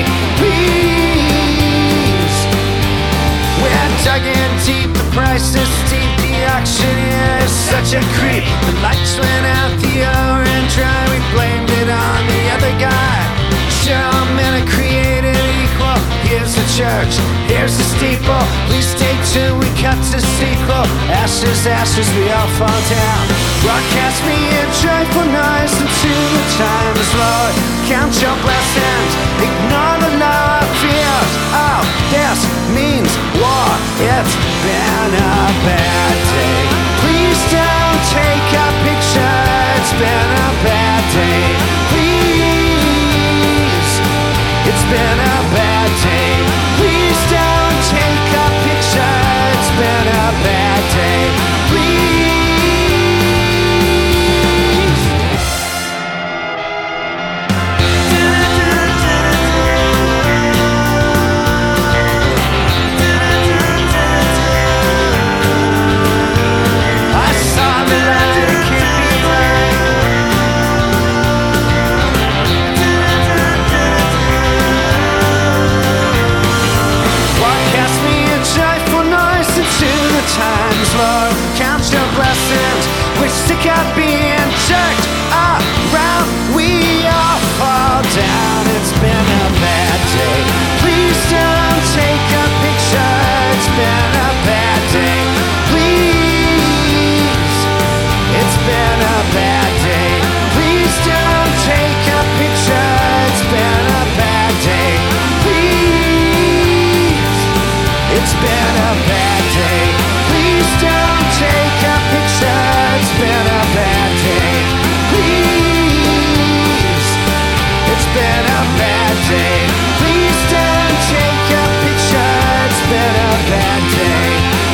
Please, we're dug in deep. The price is steep. The auctioneer is such a creep. The lights went out, the orange dry. We blamed it on the other guy. Sure, all men are created equal. Here's the church, here's the steeple. Please stay tuned, we cut to sequel. Ashes, ashes, we all fall down. Broadcast me in joyful noise into the times, Lord. Count your blessings, ignore the law of fears. Oh, this means war. It's been a bad day. Please don't take a picture. It's been a bad day. Please, it's been a bad day. Please don't take a picture. It's been a bad day. Please. I saw the light, it can't be right. Broadcast me a joyful noise into the times, Lord. Count your blessings, which stick out being jerked around. We all fall down. It's been a bad day. Please don't take a picture. It's been a bad day. Please, it's been a bad day. Please don't take a picture. It's been a bad day. Please, it's been a bad day. Please don't take a picture. It's been a bad day. Please, it's been a bad day. Please don't take a picture. It's been a bad day.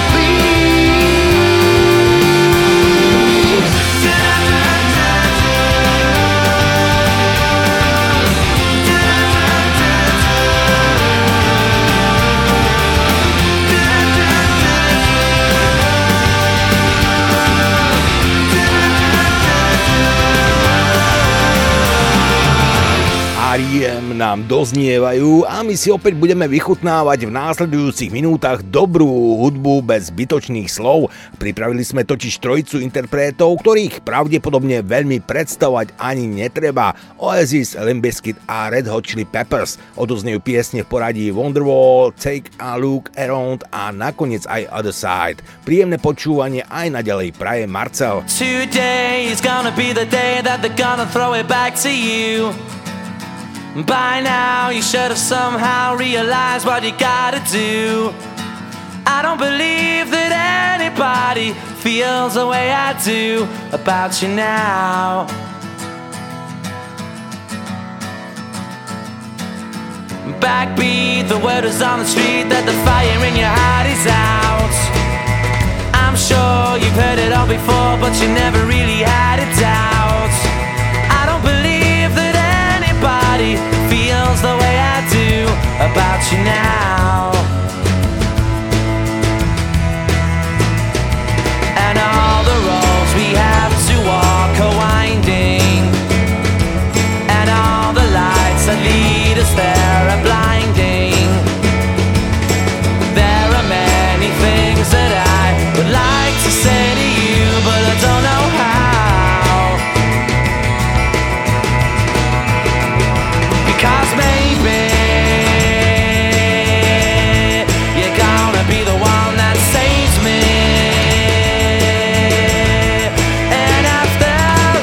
Ariem nám doznievajú a my si opäť budeme vychutnávať v následujúcich minútach dobrú hudbu bez zbytočných slov. Pripravili sme totiž trojicu interpretov, ktorých pravdepodobne veľmi predstavovať ani netreba. Oasis, Limp Bizkit a Red Hot Chili Peppers odoznejú piesne v poradí Wonderwall, Take a Look Around a nakoniec aj Other Side. Príjemné počúvanie aj naďalej praje Marcel. Today is gonna be the day that they're gonna throw it back to you. By now you should have somehow realized what you gotta do. I don't believe that anybody feels the way I do about you now. Backbeat, the word is on the street that the fire in your heart is out. I'm sure you've heard it all before, but you never really had a doubt. I don't believe that anybody feels the way I do about you now. And all the roads we have to walk are winding, and all the lights that lead us there are blinding. There are many things that I would like to say to you, but I don't know how. Because maybe you're gonna be the one that saves me. And after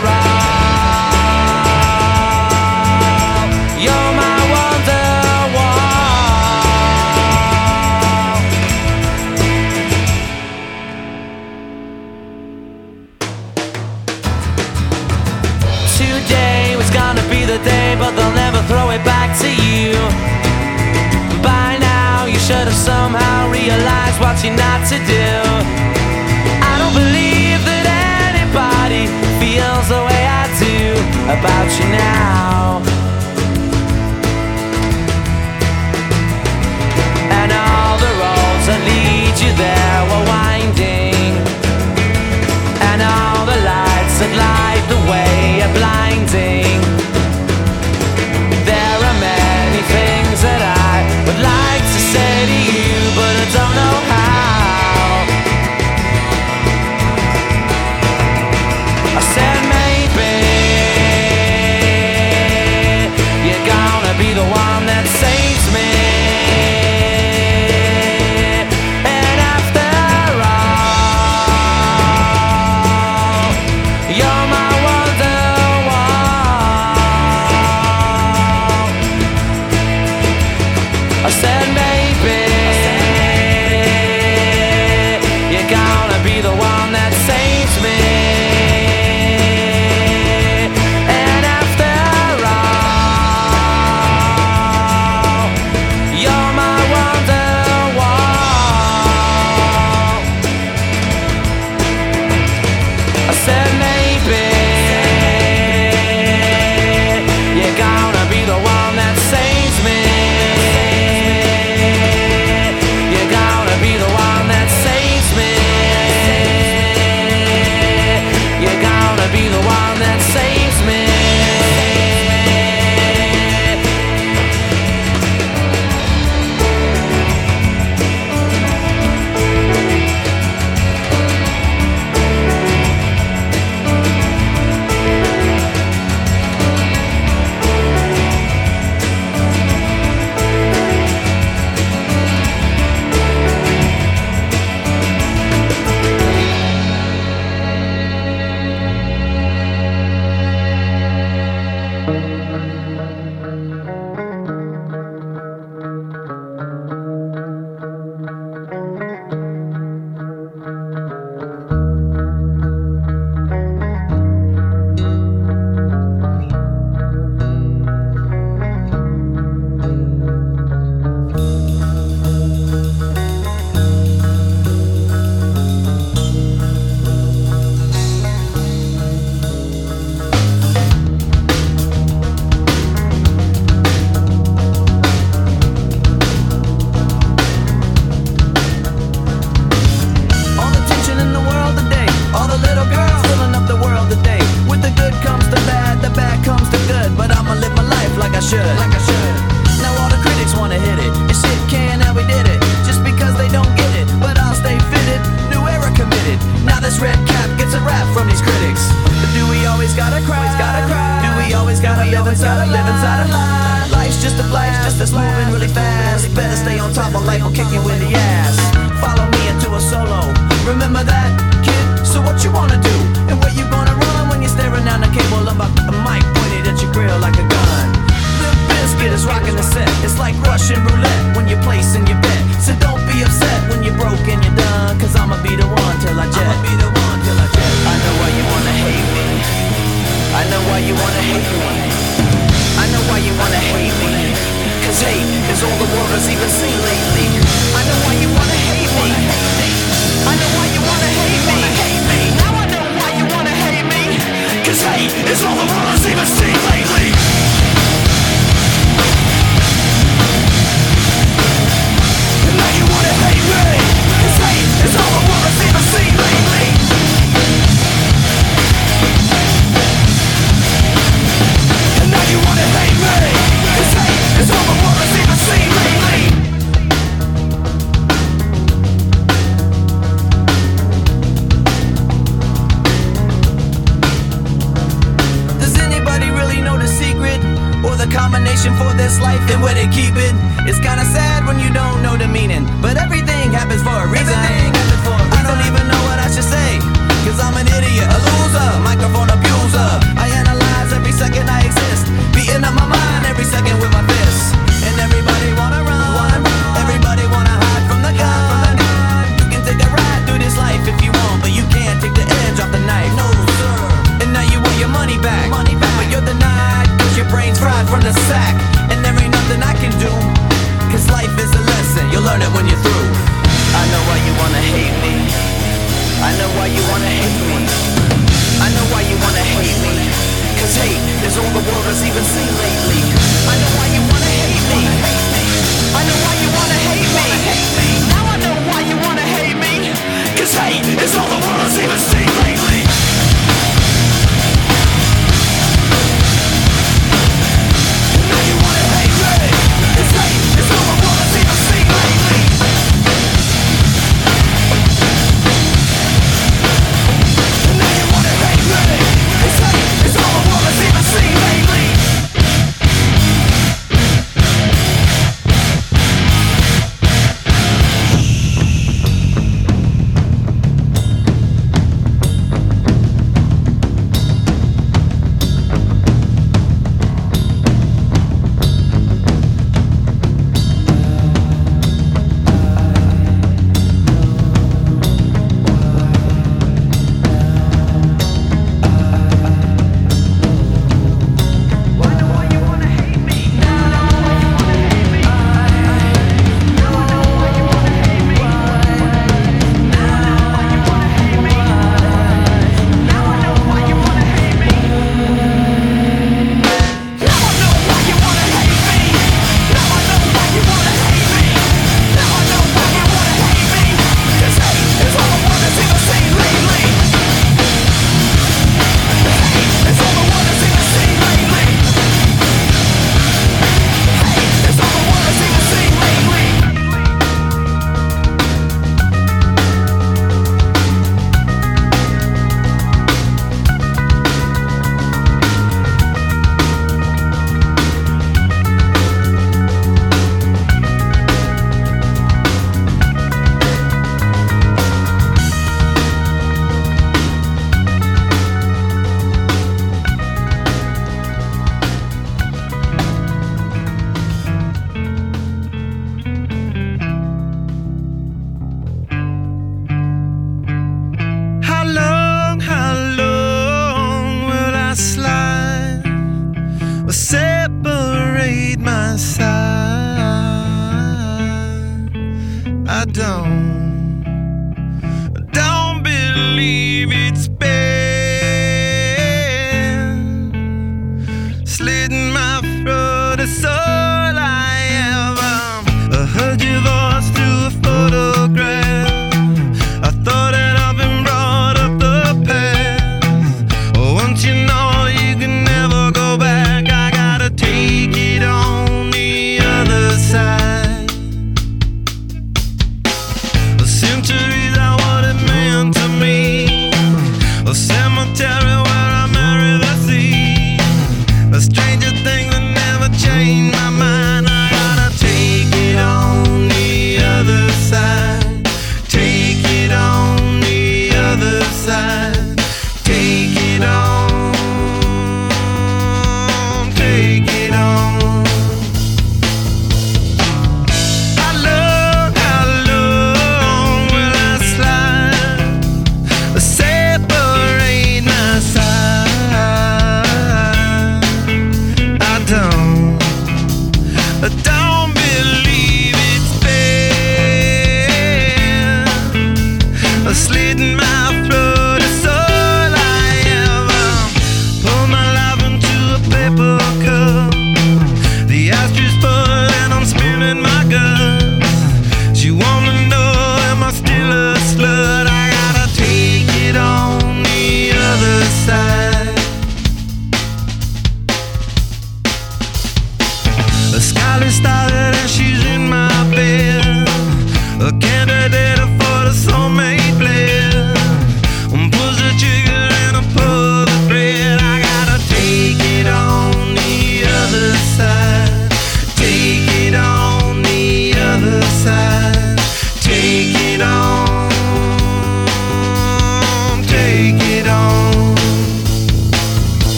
all, you're my Wonderwall. Today was gonna be the day, but they'll never throw it back to you. By now you should have somehow realized what you're not to do. I don't believe about you now. And all the roads that lead you there were winding, and all the lights that light the way are blinding. There are many things that I would like to say to you, but I don't know how. I said maybe you're gonna be the one that saves me. And after all, you're my wonderwall. I said maybe you're gonna be the one that saves me. And after all, you're my wonderwall. I said maybe you're gonna be the one that saves me. You're gonna be the one that saves me. You're gonna be the one that saves me. All the tension in the world today, all the little girls filling up the world today. With the good comes the bad comes the good. But I'ma live my life like I should. Now all the critics wanna hit it, and shit can, and we did it. Just because they don't get it, but I'll stay fitted. New era committed. Now this red cap gets a rap from these critics. But do we always gotta cry? Do we always gotta live inside a lie? Life's just a flash, just that's moving really fast. Better stay on top of life or kick you in the ass. Follow me into a solo. Remember that, kid? So what you wanna do? And where you gonna run when you're staring down the cable about the mic pointed at your grill like a gun? Limp Bizkit is rocking the set. It's like Russian roulette when you're placing your bet. So don't be upset when you're broke and you're done, cause I'ma be the one till I jet. I know why you wanna hate me. I know why you wanna hate me. I know why you wanna hate me. Cause hate is all the world has even seen lately. I know why you wanna hate me. I know why you wanna hate me. Now I know why you wanna hate me. Cause hate is all the world has even seen lately. And now you wanna hate me. Cause hate is all the world has even seen lately. And now you wanna hate me. Cause hate is all the world has even seen lately. Does anybody really know the secret? Or the combination for this life and where they keep it? It's kinda sad when you don't know the meaning, but everything happens for a reason. I don't even know what I should say, cause I'm an idiot, a loser, microphone abuser. I analyze every second I exist, beating up my mind every second with my fists. And everybody wanna run, everybody wanna hide from the gun. You can take a ride through this life if you want, but you can't take the edge off the knife. No sir. And now you want your money back, but you're denied cause your brain's fried from the sack. And there ain't nothing I can do, cause life is a lesson, you'll learn it when you're through. I know why you wanna hate don't believe it's been slit in my throat. It's all I am. I heard your voice through a photograph. I thought that I've been brought up the past. Once you know you can never go back, I gotta take it on the other side. Centuries are what it meant to me.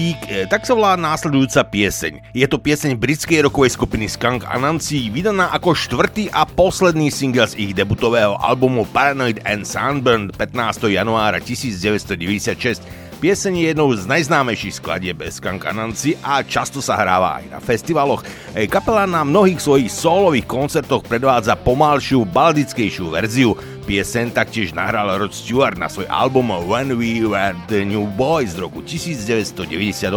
Week, tak sa volá následujúca pieseň. Je to pieseň britskej rockovej skupiny Skunk Anansi, vydaná ako štvrtý a posledný single z ich debutového albumu Paranoid and Sunburned 15. januára 1996. Pieseň je jednou z najznámejších skladieb Skunk Anansi a často sa hráva aj na festivaloch. Kapela na mnohých svojich sólových koncertoch predvádza pomalšiu, baladickejšiu verziu. Pieseň taktiež nahral Rod Stewart na svoj album When We Were the New Boys z roku 1998.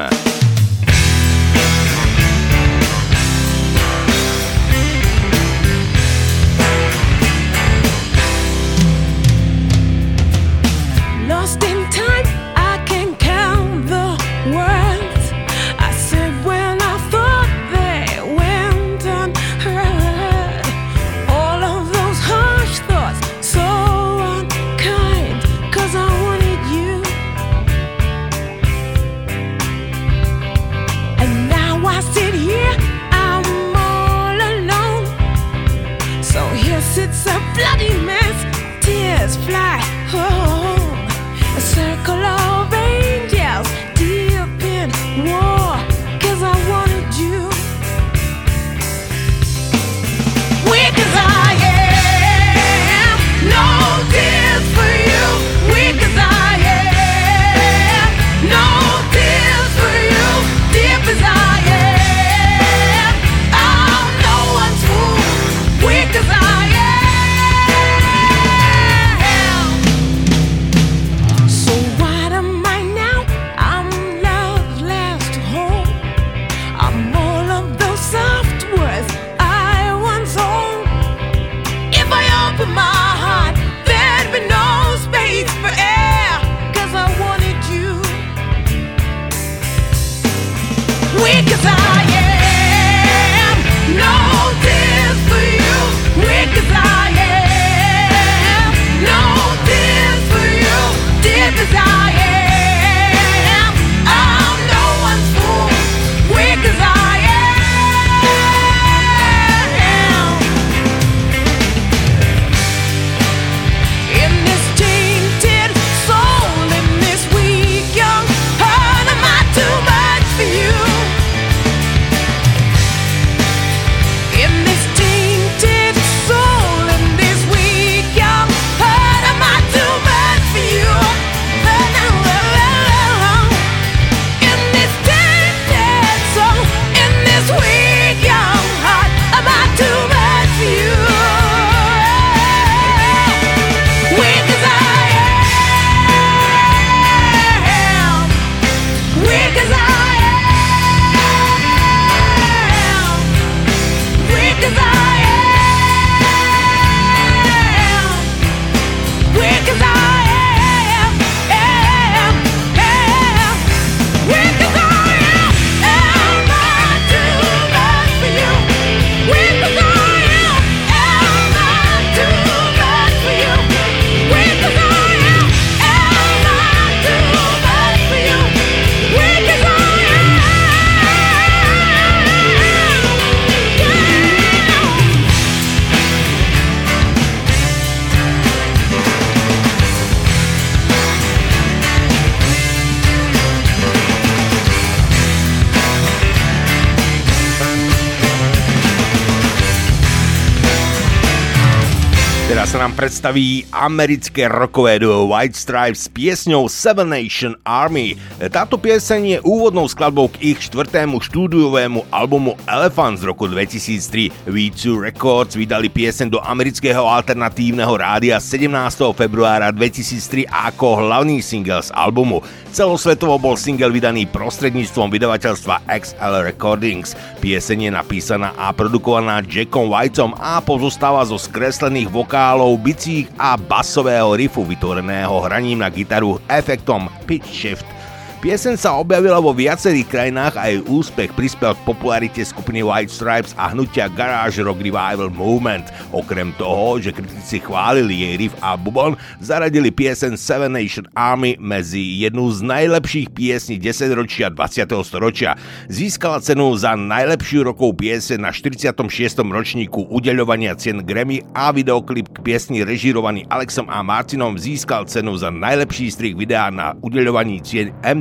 Teraz sa nám predstaví americké rockové duo White Stripes s piesňou Seven Nation Army. Táto pieseň je úvodnou skladbou k ich štvrtému štúdiovému albumu Elephant z roku 2003. V2 Records vydali pieseň do amerického alternatívneho rádia 17. februára 2003 ako hlavný single z albumu. Celosvetovo bol single vydaný prostredníctvom vydavateľstva XL Recordings. Pieseň je napísaná a produkovaná Jackom Whiteom a pozostáva zo skreslených vokálov, bicích a basového riffu vytvoreného hraním na gitaru efektom pitch shift. Pieseň sa objavila vo viacerých krajinách a jej úspech prispel k popularite skupiny White Stripes a hnutia Garage Rock Revival Movement. Okrem toho, že kritici chválili jej riff a bubon, zaradili pieseň Seven Nation Army medzi jednu z najlepších piesní 10 ročia 20. storočia. Získala cenu za najlepšiu rockovú pieseň na 46. ročníku udeľovania cien Grammy a videoklip k piesni režírovaný Alexom a Martinom získal cenu za najlepší strih videa na udeľovaní cien MTV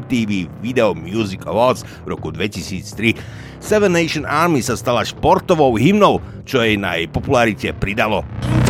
MTV Video Music Awards v roku 2003. Seven Nation Army sa stala športovou hymnou, čo jej na jej popularite pridalo.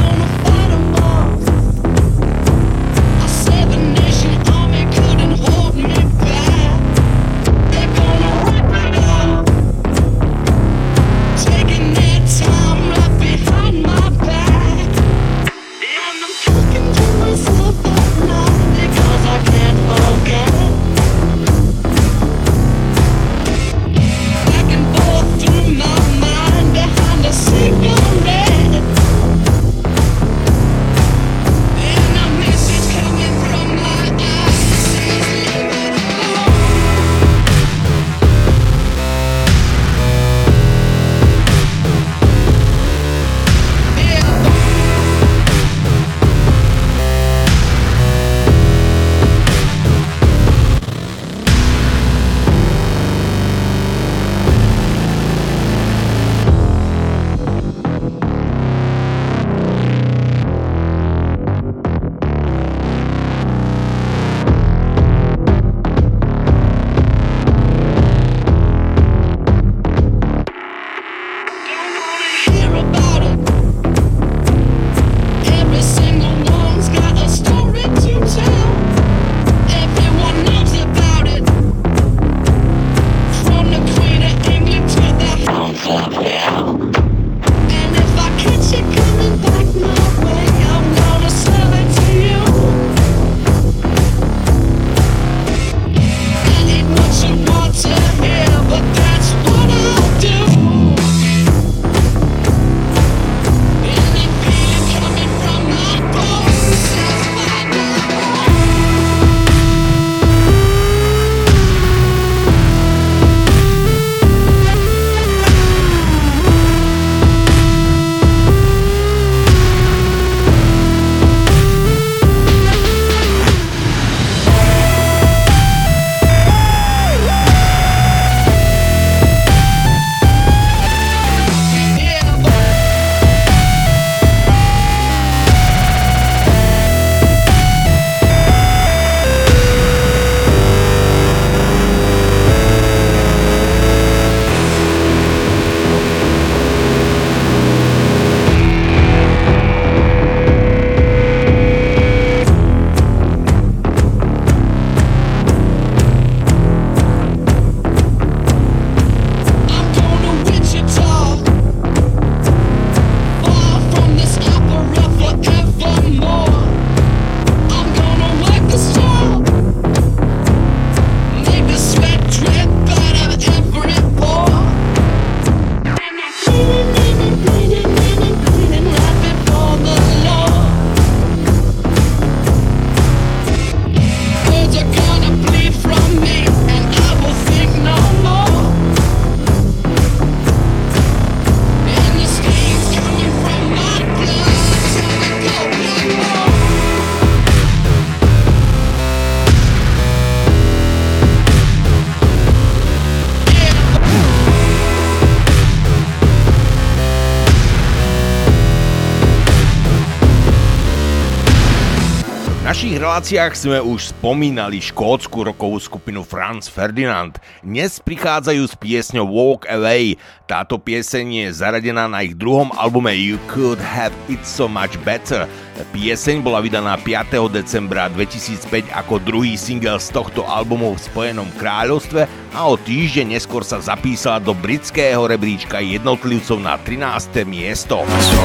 V našich reláciách sme už spomínali škótsku rockovú skupinu Franz Ferdinand. Dnes prichádzajú s piesňou Walk Away. Táto pieseň je zaradená na ich druhom albume You Could Have It So Much Better. Pieseň bola vydaná 5. decembra 2005 ako druhý single z tohto albumu v Spojenom kráľovstve a o týždeň neskôr sa zapísala do britského rebríčka jednotlivcov na 13. miesto.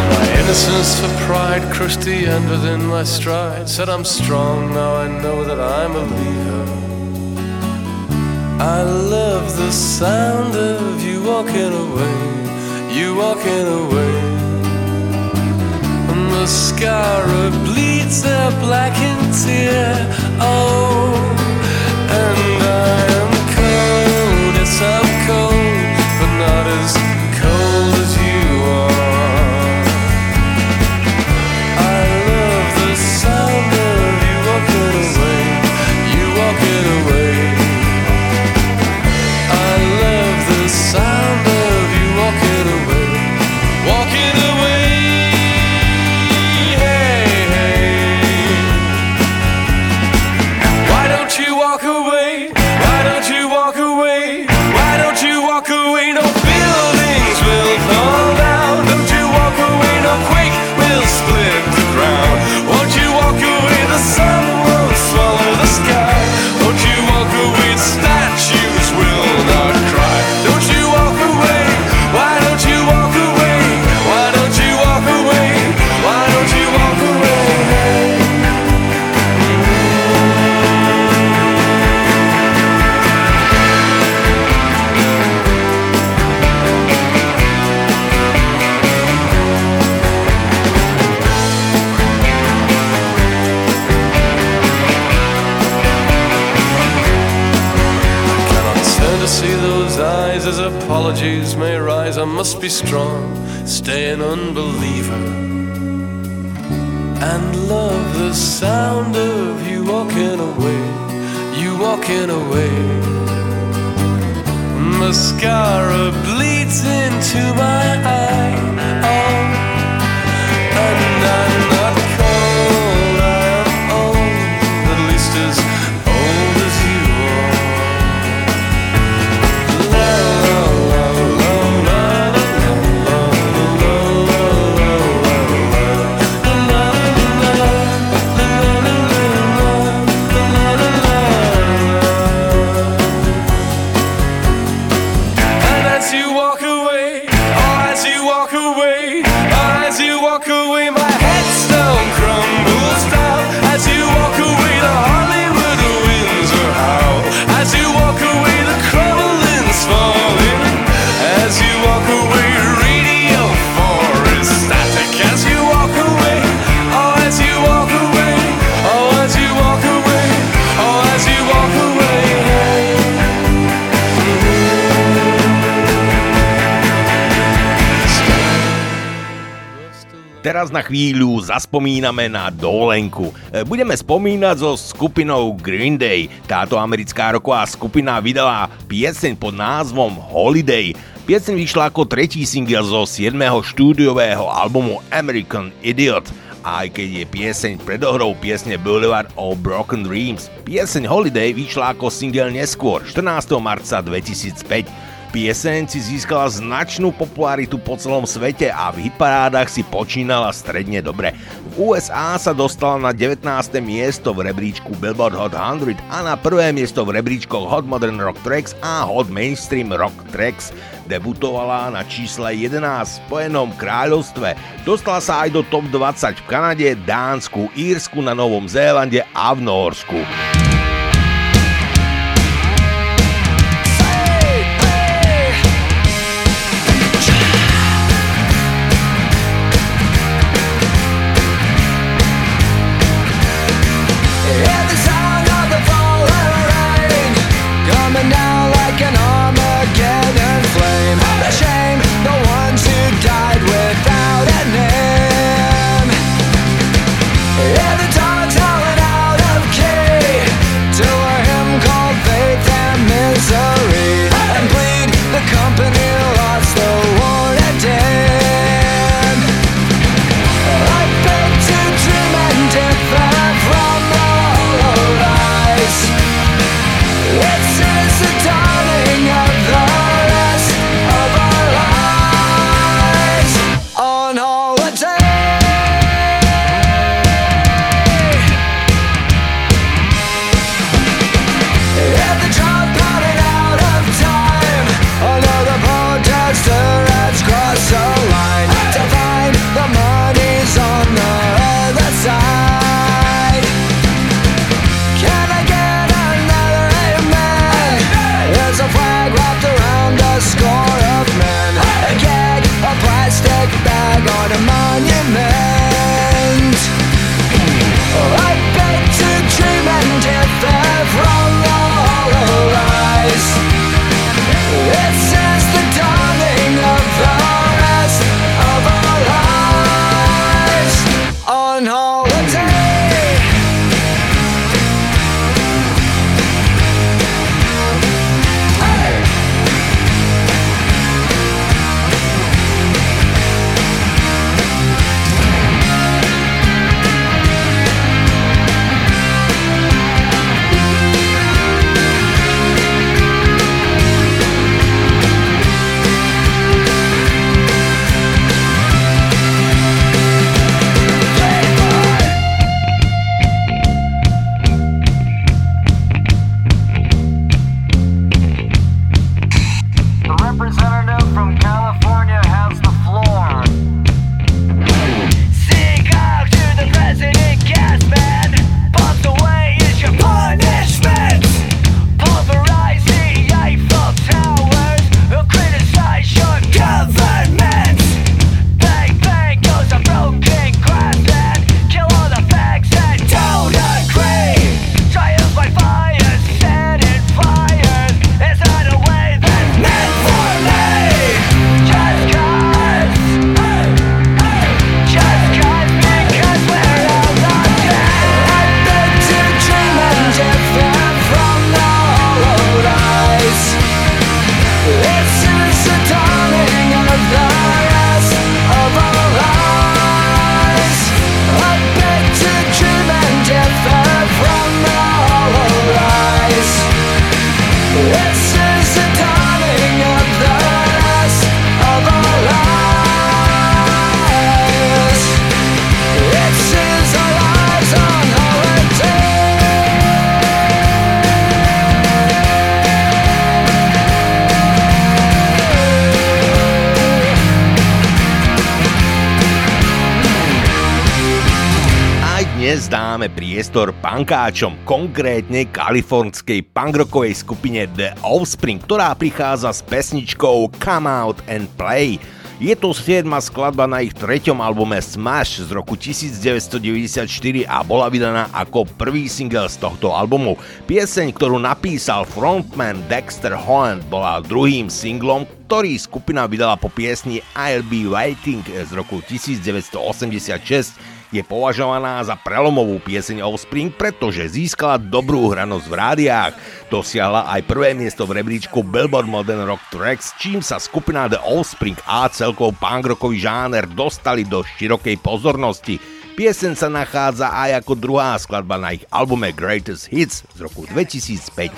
Strong, now I know that I'm a leader. I love the sound of you walking away, you walking away. Mascara bleeds a blackened tear. Oh, and I am cold, yes I'm cold, but not as cold as you are. I love the sound of walking away. I love the sound of you walking away, walking away. Hey, hey. Why don't to see those eyes as apologies may rise. I must be strong, stay an unbeliever, and love the sound of you walking away, you walking away. Mascara bleeds into my eye, oh, and I'm not cold, I am old, at least as old as you are. La la la la la la and as you walk away, oh, as you walk away, oh, as you walk away, my headstone crumbles down. As you walk away, the Hollywood winds are howl. As you walk away, the crumbling's falling. As you walk away, radio forest static. As you walk away, oh, as you walk away, oh, as you walk away, oh, as you walk away. Teraz na chvíľu zaspomíname na dovolenku. Budeme spomínať so skupinou Green Day. Táto americká rocková skupina vydala pieseň pod názvom Holiday. Pieseň vyšla ako tretí single zo 7. štúdiového albumu American Idiot. Aj keď je pieseň predohrou piesne Boulevard of Broken Dreams, pieseň Holiday vyšla ako single neskôr, 14. marca 2005. Pieseň si získala značnú popularitu po celom svete a v hitparádach si počínala stredne dobre. V USA sa dostala na 19. miesto v rebríčku Billboard Hot 100 a na prvé miesto v rebríčkoch Hot Modern Rock Tracks a Hot Mainstream Rock Tracks. Debutovala na čísle 11 v Spojenom kráľovstve. Dostala sa aj do top 20 v Kanade, Dánsku, Írsku, na Novom Zélande a v Nórsku. Down like an Armageddon flame. The shame, the ones who died without a name. Yeah, the dog's howling out of key. dnes dáme priestor punkáčom, konkrétne kalifornskej punkrockovej skupine The Offspring, ktorá prichádza s pesničkou Come Out and Play. Je to 7. skladba na ich 3. albume Smash z roku 1994 a bola vydaná ako prvý single z tohto albumu. Pieseň, ktorú napísal frontman Dexter Holland, bola druhým singlom, ktorý skupina vydala po piesni I'll Be Waiting z roku 1986. Je považovaná za prelomovú pieseň Offspring, pretože získala dobrú hranosť v rádiách. Dosiahla aj prvé miesto v rebríčku Billboard Modern Rock Tracks, čím sa skupina The Offspring a celkov punkrockový žáner dostali do širokej pozornosti. Pieseň sa nachádza aj ako druhá skladba na ich albume Greatest Hits z roku 2005.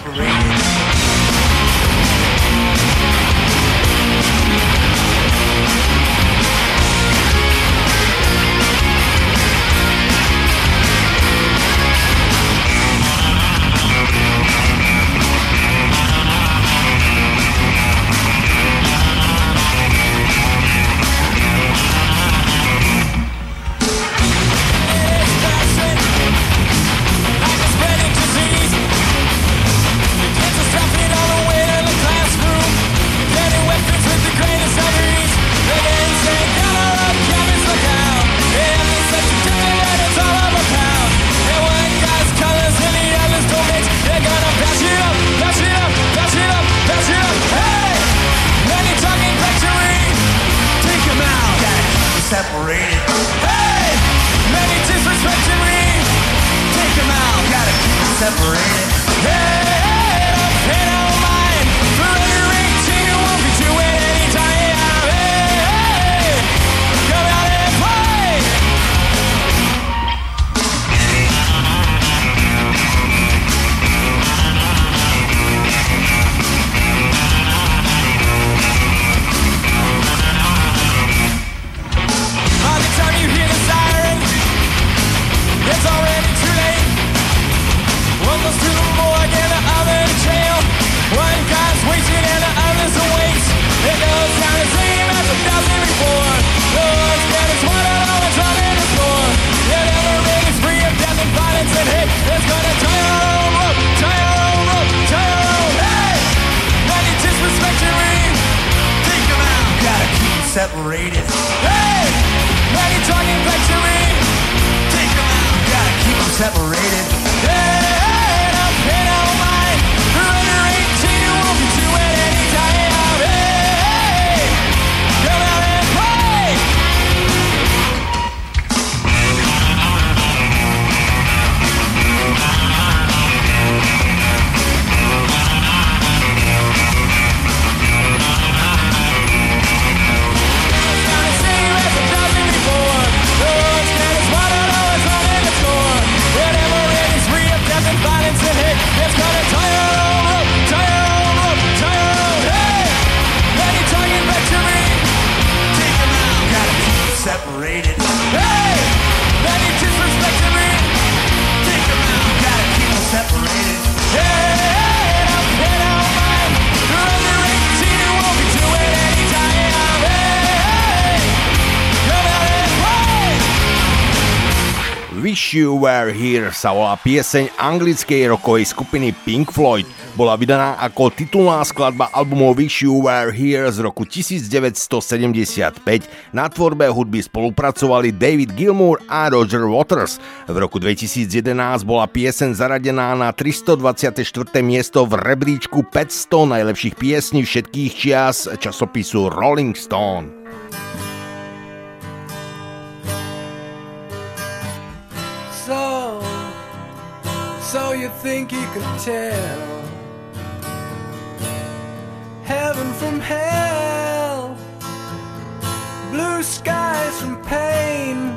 Wish You Were Here sa volá pieseň anglickej rockovej skupiny Pink Floyd. Bola vydaná ako titulná skladba albumu Wish You Were Here z roku 1975. Na tvorbe hudby spolupracovali David Gilmour a Roger Waters. V roku 2011 bola pieseň zaradená na 324. miesto v rebríčku 500 najlepších piesní všetkých čias časopisu Rolling Stone. So you think you can tell heaven from hell, blue skies from pain?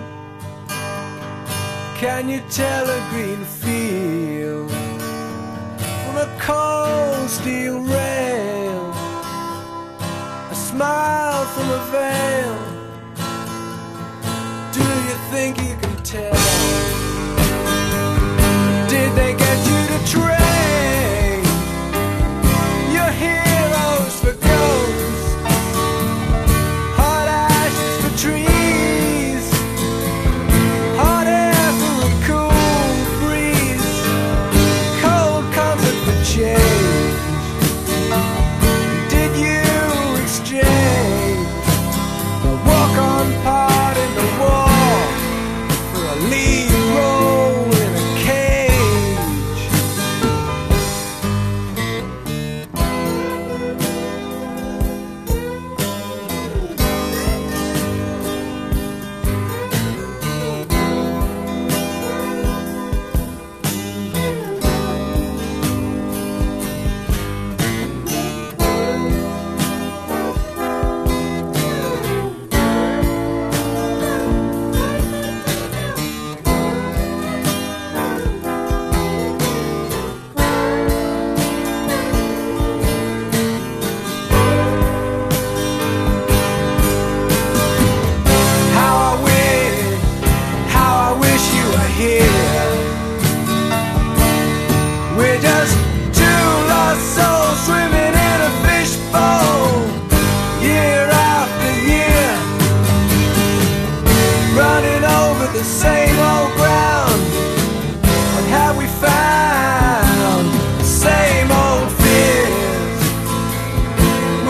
Can you tell a green field from a cold steel rail, a smile from a veil? Do you think you can tell? Did they get you to trade your heroes for ghosts, hot ashes for trees, hot air for a cool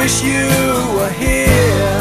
wish you were here.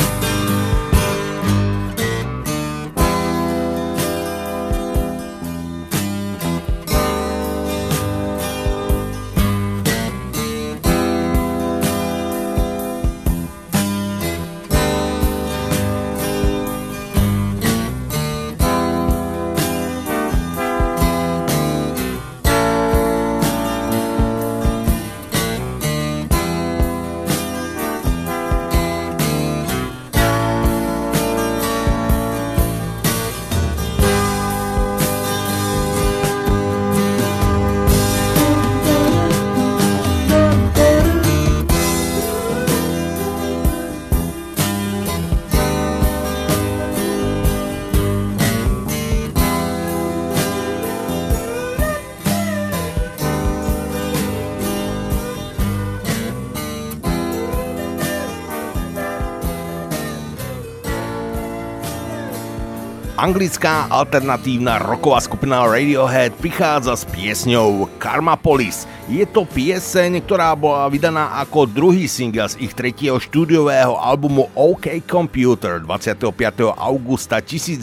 Anglická alternatívna rocková skupina Radiohead prichádza s piesňou Karmapolis. Je to pieseň, ktorá bola vydaná ako druhý single z ich tretieho štúdiového albumu OK Computer 25. augusta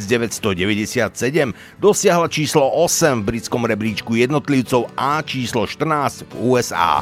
1997. Dosiahla číslo 8 v britskom rebríčku jednotlivcov a číslo 14 v USA.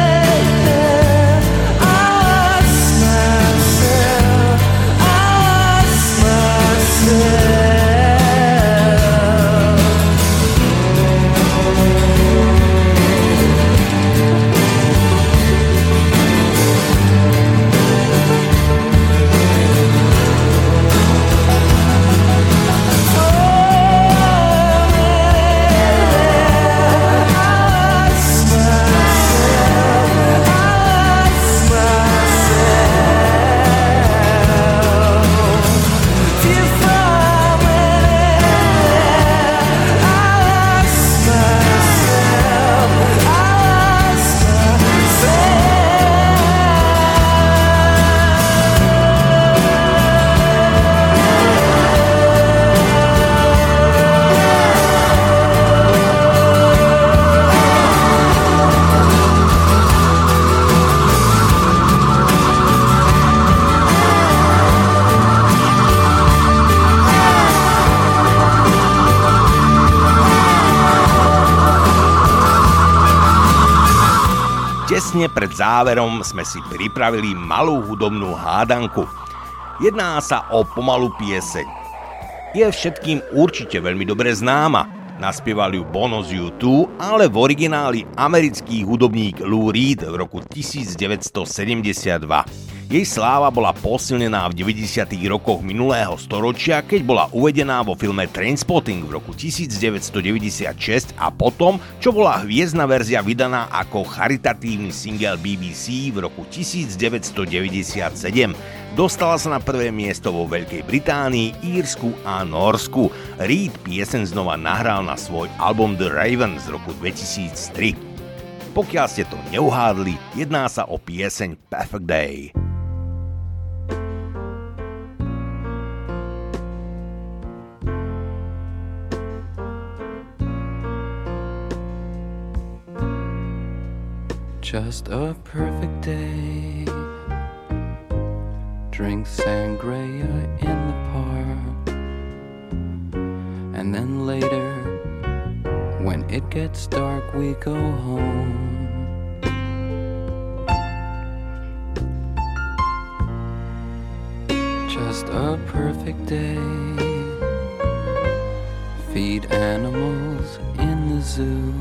I Tesne pred záverom sme si pripravili malú hudobnú hádanku. Jedná sa o pomalú pieseň. Je všetkým určite veľmi dobre známa. Naspieval ju Bono z U2, ale v origináli americký hudobník Lou Reed v roku 1972. Jej sláva bola posilnená v 90. rokoch minulého storočia, keď bola uvedená vo filme Trainspotting v roku 1996 a potom, čo bola hviezdna verzia vydaná ako charitatívny single BBC v roku 1997. Dostala sa na prvé miesto vo Veľkej Británii, Írsku a Norsku. Reed pieseň znova nahral na svoj album The Raven z roku 2003. Pokiaľ ste to neuhádli, jedná sa o pieseň Perfect Day. Just a perfect day. Drink sangria in the park. And then later, when it gets dark, we go home. Just a perfect day. Feed animals in the zoo.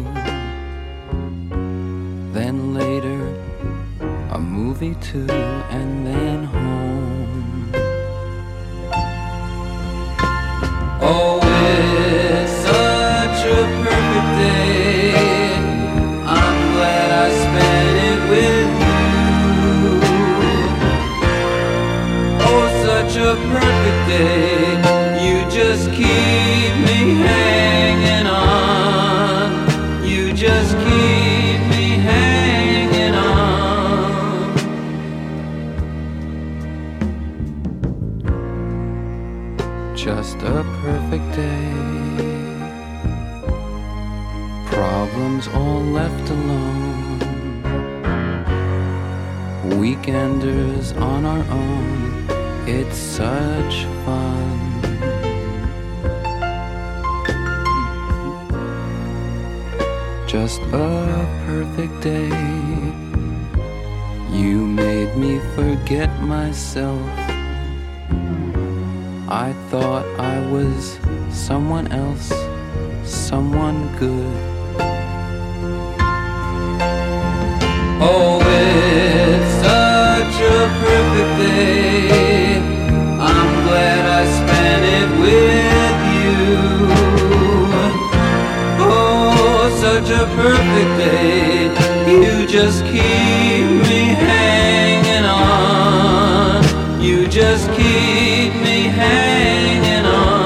Then later, a movie too, and then home. Oh, it's such a perfect day. I'm glad I spent it with you. Oh, such a perfect day. You just keep me hanging on. You just keep me hanging on. Just a perfect day. Problems all left alone. Weekenders on our own. It's such fun. Just a perfect day. You made me forget myself. I thought I was someone else, someone good. Oh, it's such a perfect day. I'm glad I spent it with you. Oh, such a perfect day. You just keep me hanging on. You just keep me hanging on.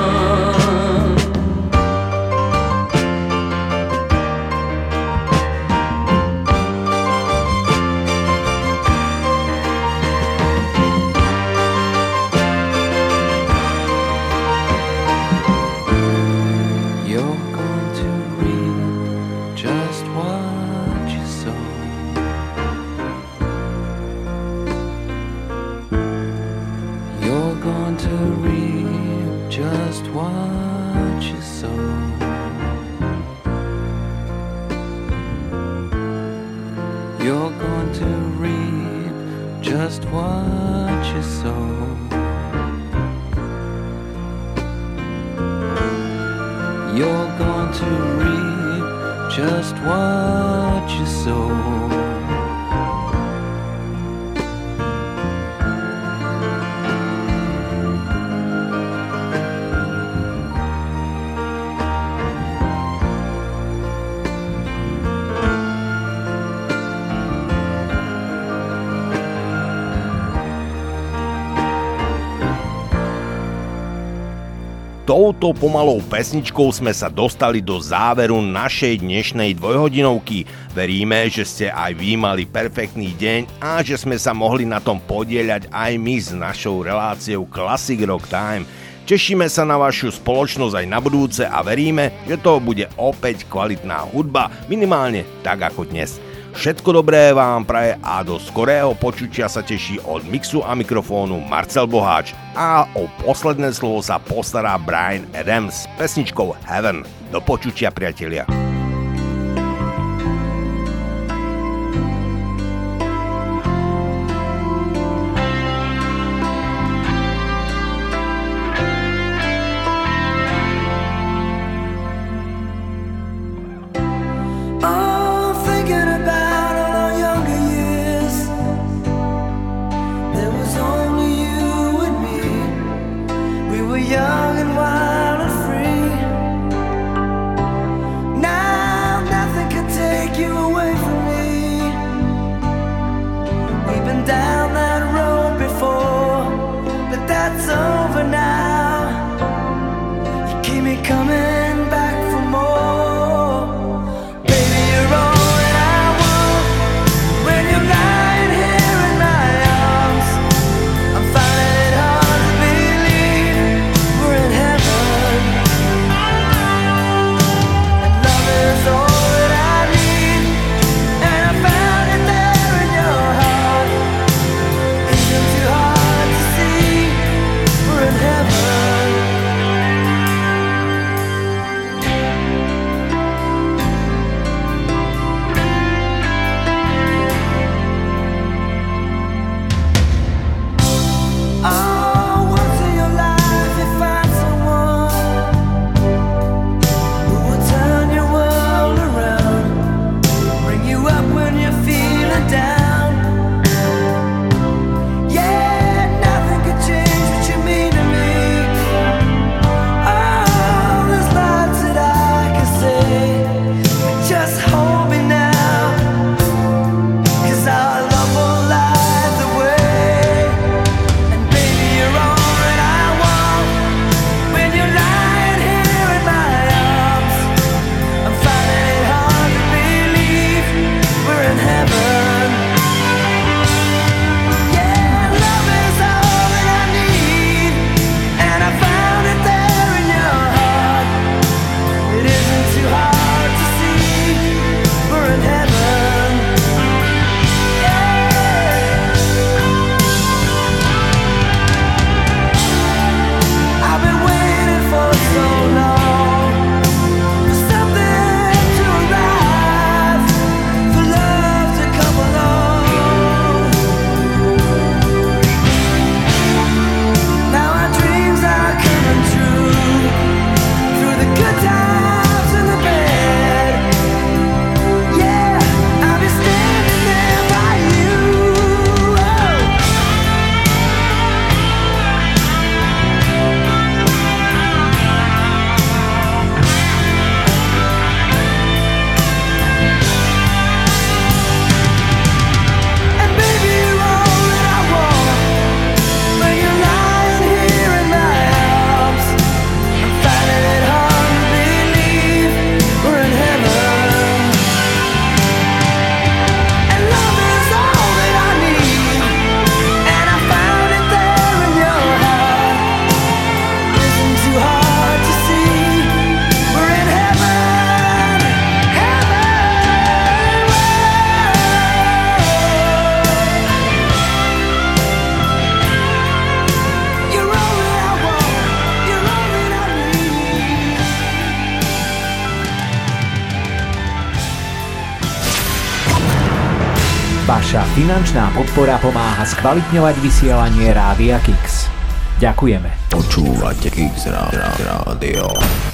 Touto pomalou pesničkou sme sa dostali do záveru našej dnešnej dvojhodinovky. Veríme, že ste aj vy mali perfektný deň a že sme sa mohli na tom podieľať aj my s našou reláciou Classic Rock Time. Tešíme sa na vašu spoločnosť aj na budúce a veríme, že to bude opäť kvalitná hudba, minimálne tak ako dnes. Všetko dobré vám praje a do skorého počutia sa teší od mixu a mikrofónu Marcel Boháč a o posledné slovo sa postará Bryan Adams s pesničkou Heaven. Do počutia, priatelia. Vaša finančná podpora pomáha skvalitňovať vysielanie Rádia Kix. Ďakujeme. Počúvate Kix Rádio.